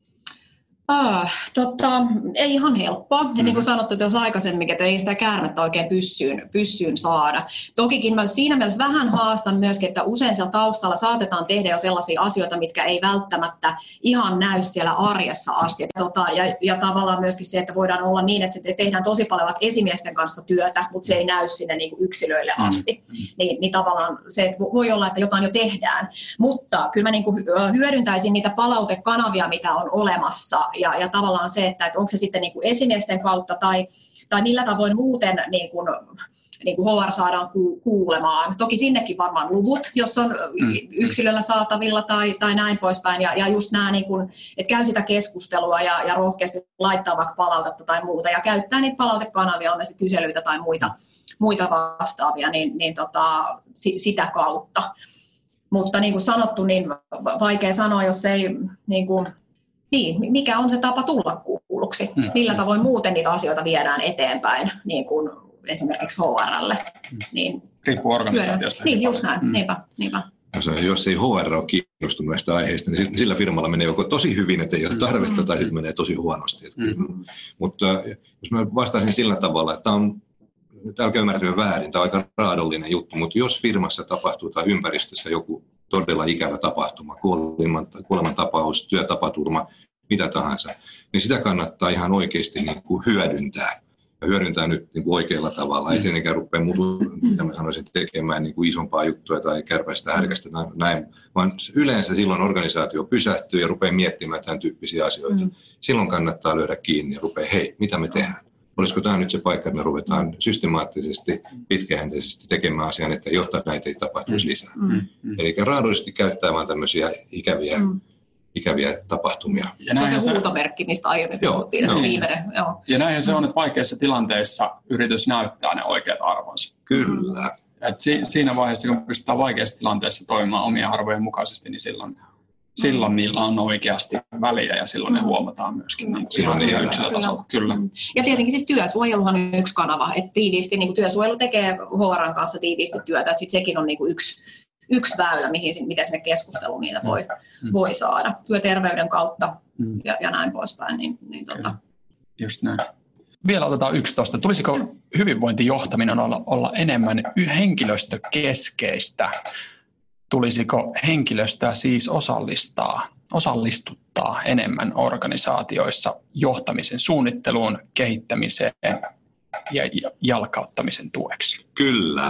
Ei ihan helppoa. Ja niin kuin sanottu tuossa aikaisemmin, että ei sitä käärmettä oikein pyssyyn saada. Tokikin mä siinä mielessä vähän haastan myöskin, että usein siellä taustalla saatetaan tehdä jo sellaisia asioita, mitkä ei välttämättä ihan näy siellä arjessa asti. Ja tavallaan myöskin se, että voidaan olla niin, että tehdään tosi paljon esimiesten kanssa työtä, mutta se ei näy sinne niin kuin yksilöille asti. Niin tavallaan se, että voi olla, että jotain jo tehdään. Mutta kyllä mä niin kuin hyödyntäisin niitä palautekanavia, mitä on olemassa. Ja tavallaan se, että onko se sitten niin kuin esimiesten kautta tai millä tavoin muuten niin kuin HR saadaan kuulemaan. Toki sinnekin varmaan luvut, jos on yksilöllä saatavilla tai näin poispäin. Ja just nämä, niin kuin, että käy sitä keskustelua ja rohkeasti laittaa vaikka palautetta tai muuta. Ja käyttää niitä palautekanavia, on ne sitten kyselyitä tai muita vastaavia, sitä kautta. Mutta niin kuin sanottu, niin vaikea sanoa, jos ei... Niin, mikä on se tapa tulla kuulluksi? Millä tavoin muuten niitä asioita viedään eteenpäin, niin kuin esimerkiksi HR:lle? Niin, riippuu organisaatiosta. Niin, just näin. Niinpä. Jos ei HR ole kiinnostunut näistä aiheista, niin sillä firmalla menee joko tosi hyvin, että ei ole tarvetta, tai sitten menee tosi huonosti. Mutta jos mä vastaisin sillä tavalla, että älkää ymmärtäkö väärin, tämä on aika raadollinen juttu, mutta jos firmassa tapahtuu tai ympäristössä joku todella ikävä tapahtuma, kuolemantapaus, työtapaturma, mitä tahansa, niin sitä kannattaa ihan oikeasti niin kuin hyödyntää. Ja hyödyntää nyt niin kuin oikealla tavalla. Ei tietenkään rupea mitä mä sanoisin, tekemään niin kuin isompaa juttua tai kärpäistä härkästä tai näin, vaan yleensä silloin organisaatio pysähtyy ja rupeaa miettimään tämän tyyppisiä asioita. Silloin kannattaa lyödä kiinni ja rupeaa, hei, mitä me tehdään? Olisiko tämä nyt se paikka, että me ruvetaan systemaattisesti, pitkäjänteisesti tekemään asian, että jotta näitä ei tapahtuisi lisää. Eli raadollisesti käyttää vain tämmöisiä ikäviä tapahtumia. Se on se huutomerkki, mistä aiemmin puhuttiin, että viimeinen. Joo. Ja näinhän se on, että vaikeissa tilanteissa yritys näyttää ne oikeat arvonsa. Kyllä. Siinä vaiheessa, kun pystytään vaikeissa tilanteissa toimimaan omien arvojen mukaisesti, niin silloin niillä on oikeasti väliä ja silloin ne huomataan myöskin ihan yksilötasolla. Kyllä. Ja tietenkin siis työsuojeluhan on yksi kanava, että tiiviisti niin kuin työsuojelu tekee HR:n kanssa tiiviisti työtä, että sekin on niin kuin yksi väylä, miten sinne keskusteluun niitä voi saada työterveyden kautta ja näin poispäin. Just näin. Vielä otetaan 11. Tulisiko hyvinvointijohtaminen olla enemmän henkilöstökeskeistä? Tulisiko henkilöstöä siis osallistuttaa enemmän organisaatioissa johtamisen suunnitteluun, kehittämiseen ja jalkauttamisen tueksi? Kyllä.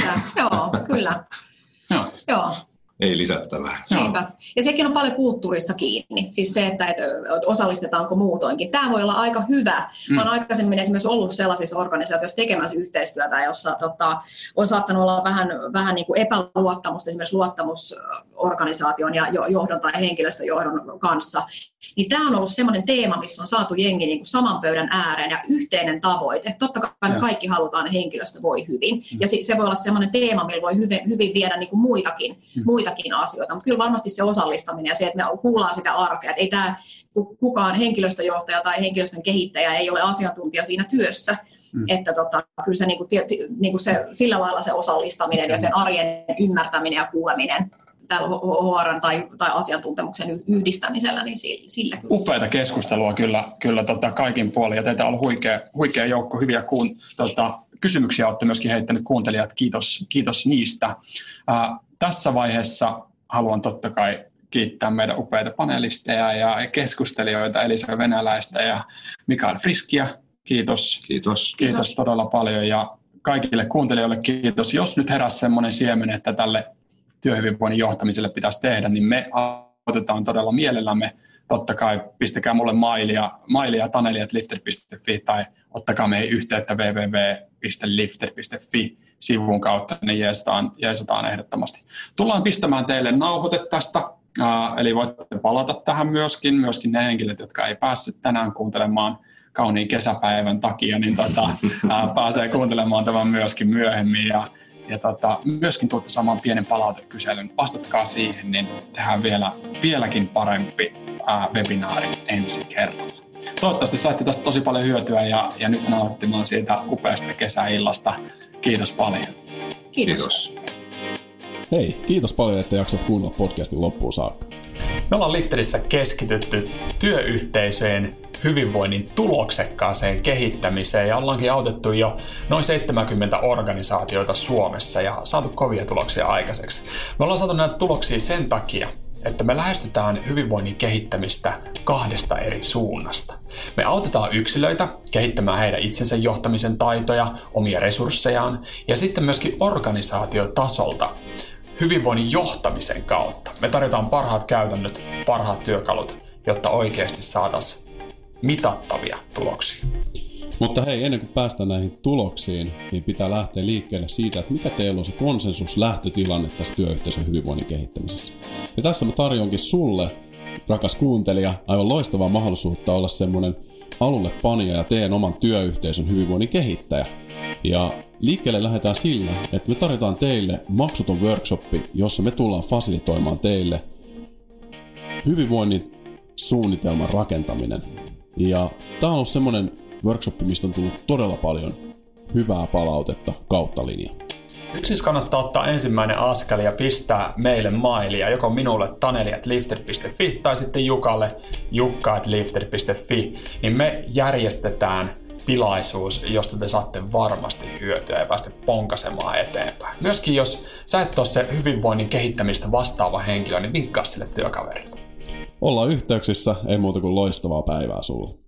Kyllä. Joo. Ei lisättävää. Niinpä. Ja sekin on paljon kulttuurista kiinni. Siis se, että osallistetaanko muutoinkin. Tämä voi olla aika hyvä. Mä olen aikaisemmin esimerkiksi ollut sellaisissa organisaatioissa tekemässä yhteistyötä, jossa on saattanut olla vähän niin kuin epäluottamusta esimerkiksi luottamusorganisaation ja johdon tai henkilöstöjohdon kanssa. Niin tämä on ollut semmoinen teema, missä on saatu jengi niin kuin saman pöydän ääreen ja yhteinen tavoite. Totta kai me kaikki halutaan, että henkilöstö voi hyvin. Ja se voi olla semmoinen teema, millä voi hyvin viedä niin kuin muitakin asioita. Mutta kyllä varmasti se osallistaminen ja se, että me kuullaan sitä arkea. Että ei tämä kukaan henkilöstöjohtaja tai henkilöstön kehittäjä ei ole asiantuntija siinä työssä. Että kyllä se, niin kuin se sillä lailla se osallistaminen ja sen arjen ymmärtäminen ja kuuleminen tällä HR tai asiantuntemuksen yhdistämisellä, niin sillä kyllä. Upeata keskustelua kyllä kaikin puolin, ja teitä on ollut huikea joukko hyviä kysymyksiä, olette myöskin heittäneet kuuntelijat, kiitos niistä. Tässä vaiheessa haluan totta kai kiittää meidän upeita panelisteja ja keskustelijoita, Elisa Venäläistä ja Mikael Friskiä. Kiitos todella paljon, ja kaikille kuuntelijoille kiitos. Jos nyt heräsi semmoinen siemen, että tälle työhyvinvoinnin johtamiselle pitäisi tehdä, niin me autetaan todella mielellämme. Totta kai pistäkää mulle mailia taneli@lifter.fi tai ottakaa meihin yhteyttä www.lifter.fi-sivun kautta, niin jeesataan ehdottomasti. Tullaan pistämään teille nauhoite tästä, eli voitte palata tähän myöskin ne henkilöt, jotka ei päässyt tänään kuuntelemaan kauniin kesäpäivän takia, niin pääsee kuuntelemaan tämän myöskin myöhemmin. myöskin tuotte saamaan pienen palautekyselyn. Vastatkaa siihen, niin tehdään vieläkin parempi webinaari ensi kerralla. Toivottavasti saitte tästä tosi paljon hyötyä ja nyt nauttimaan siitä upeasta kesäillasta. Kiitos paljon. Kiitos. Hei, kiitos paljon, että jaksat kuunnella podcastin loppuun saakka. Me ollaan Lifterissä keskitytty työyhteisöjen hyvinvoinnin tuloksekkaaseen kehittämiseen ja ollaankin autettu jo noin 70 organisaatioita Suomessa ja saatu kovia tuloksia aikaiseksi. Me ollaan saatu näitä tuloksia sen takia, että me lähestytään hyvinvoinnin kehittämistä 2 eri suunnasta. Me autetaan yksilöitä kehittämään heidän itsensä johtamisen taitoja, omia resurssejaan ja sitten myöskin organisaatiotasolta hyvinvoinnin johtamisen kautta. Me tarjotaan parhaat käytännöt, parhaat työkalut, jotta oikeasti saataisiin mitattavia tuloksia. Mutta hei, ennen kuin päästään näihin tuloksiin, niin pitää lähteä liikkeelle siitä, että mikä teillä on se konsensuslähtötilanne tässä työyhteisön hyvinvoinnin kehittämisessä. Ja tässä mä tarjoankin sulle, rakas kuuntelija, aivan loistavaa mahdollisuutta olla semmoinen alulle panija ja teidän oman työyhteisön hyvinvoinnin kehittäjä. Ja liikkeelle lähdetään sillä, että me tarjotaan teille maksuton workshoppi, jossa me tullaan fasilitoimaan teille hyvinvoinnin suunnitelman rakentaminen. Ja tää on ollut semmoinen workshop, mistä on tullut todella paljon hyvää palautetta kautta linjan. Nyt siis kannattaa ottaa ensimmäinen askel ja pistää meille mailia, joko minulle taneli@lifted.fi tai sitten Jukalle jukka@lifted.fi, niin me järjestetään tilaisuus, josta te saatte varmasti hyötyä ja päästä ponkasemaan eteenpäin. Myöskin jos sä et ole se hyvinvoinnin kehittämistä vastaava henkilö, niin vinkkaa sille työkaverille. Ollaan yhteyksissä, ei muuta kuin loistavaa päivää sulle.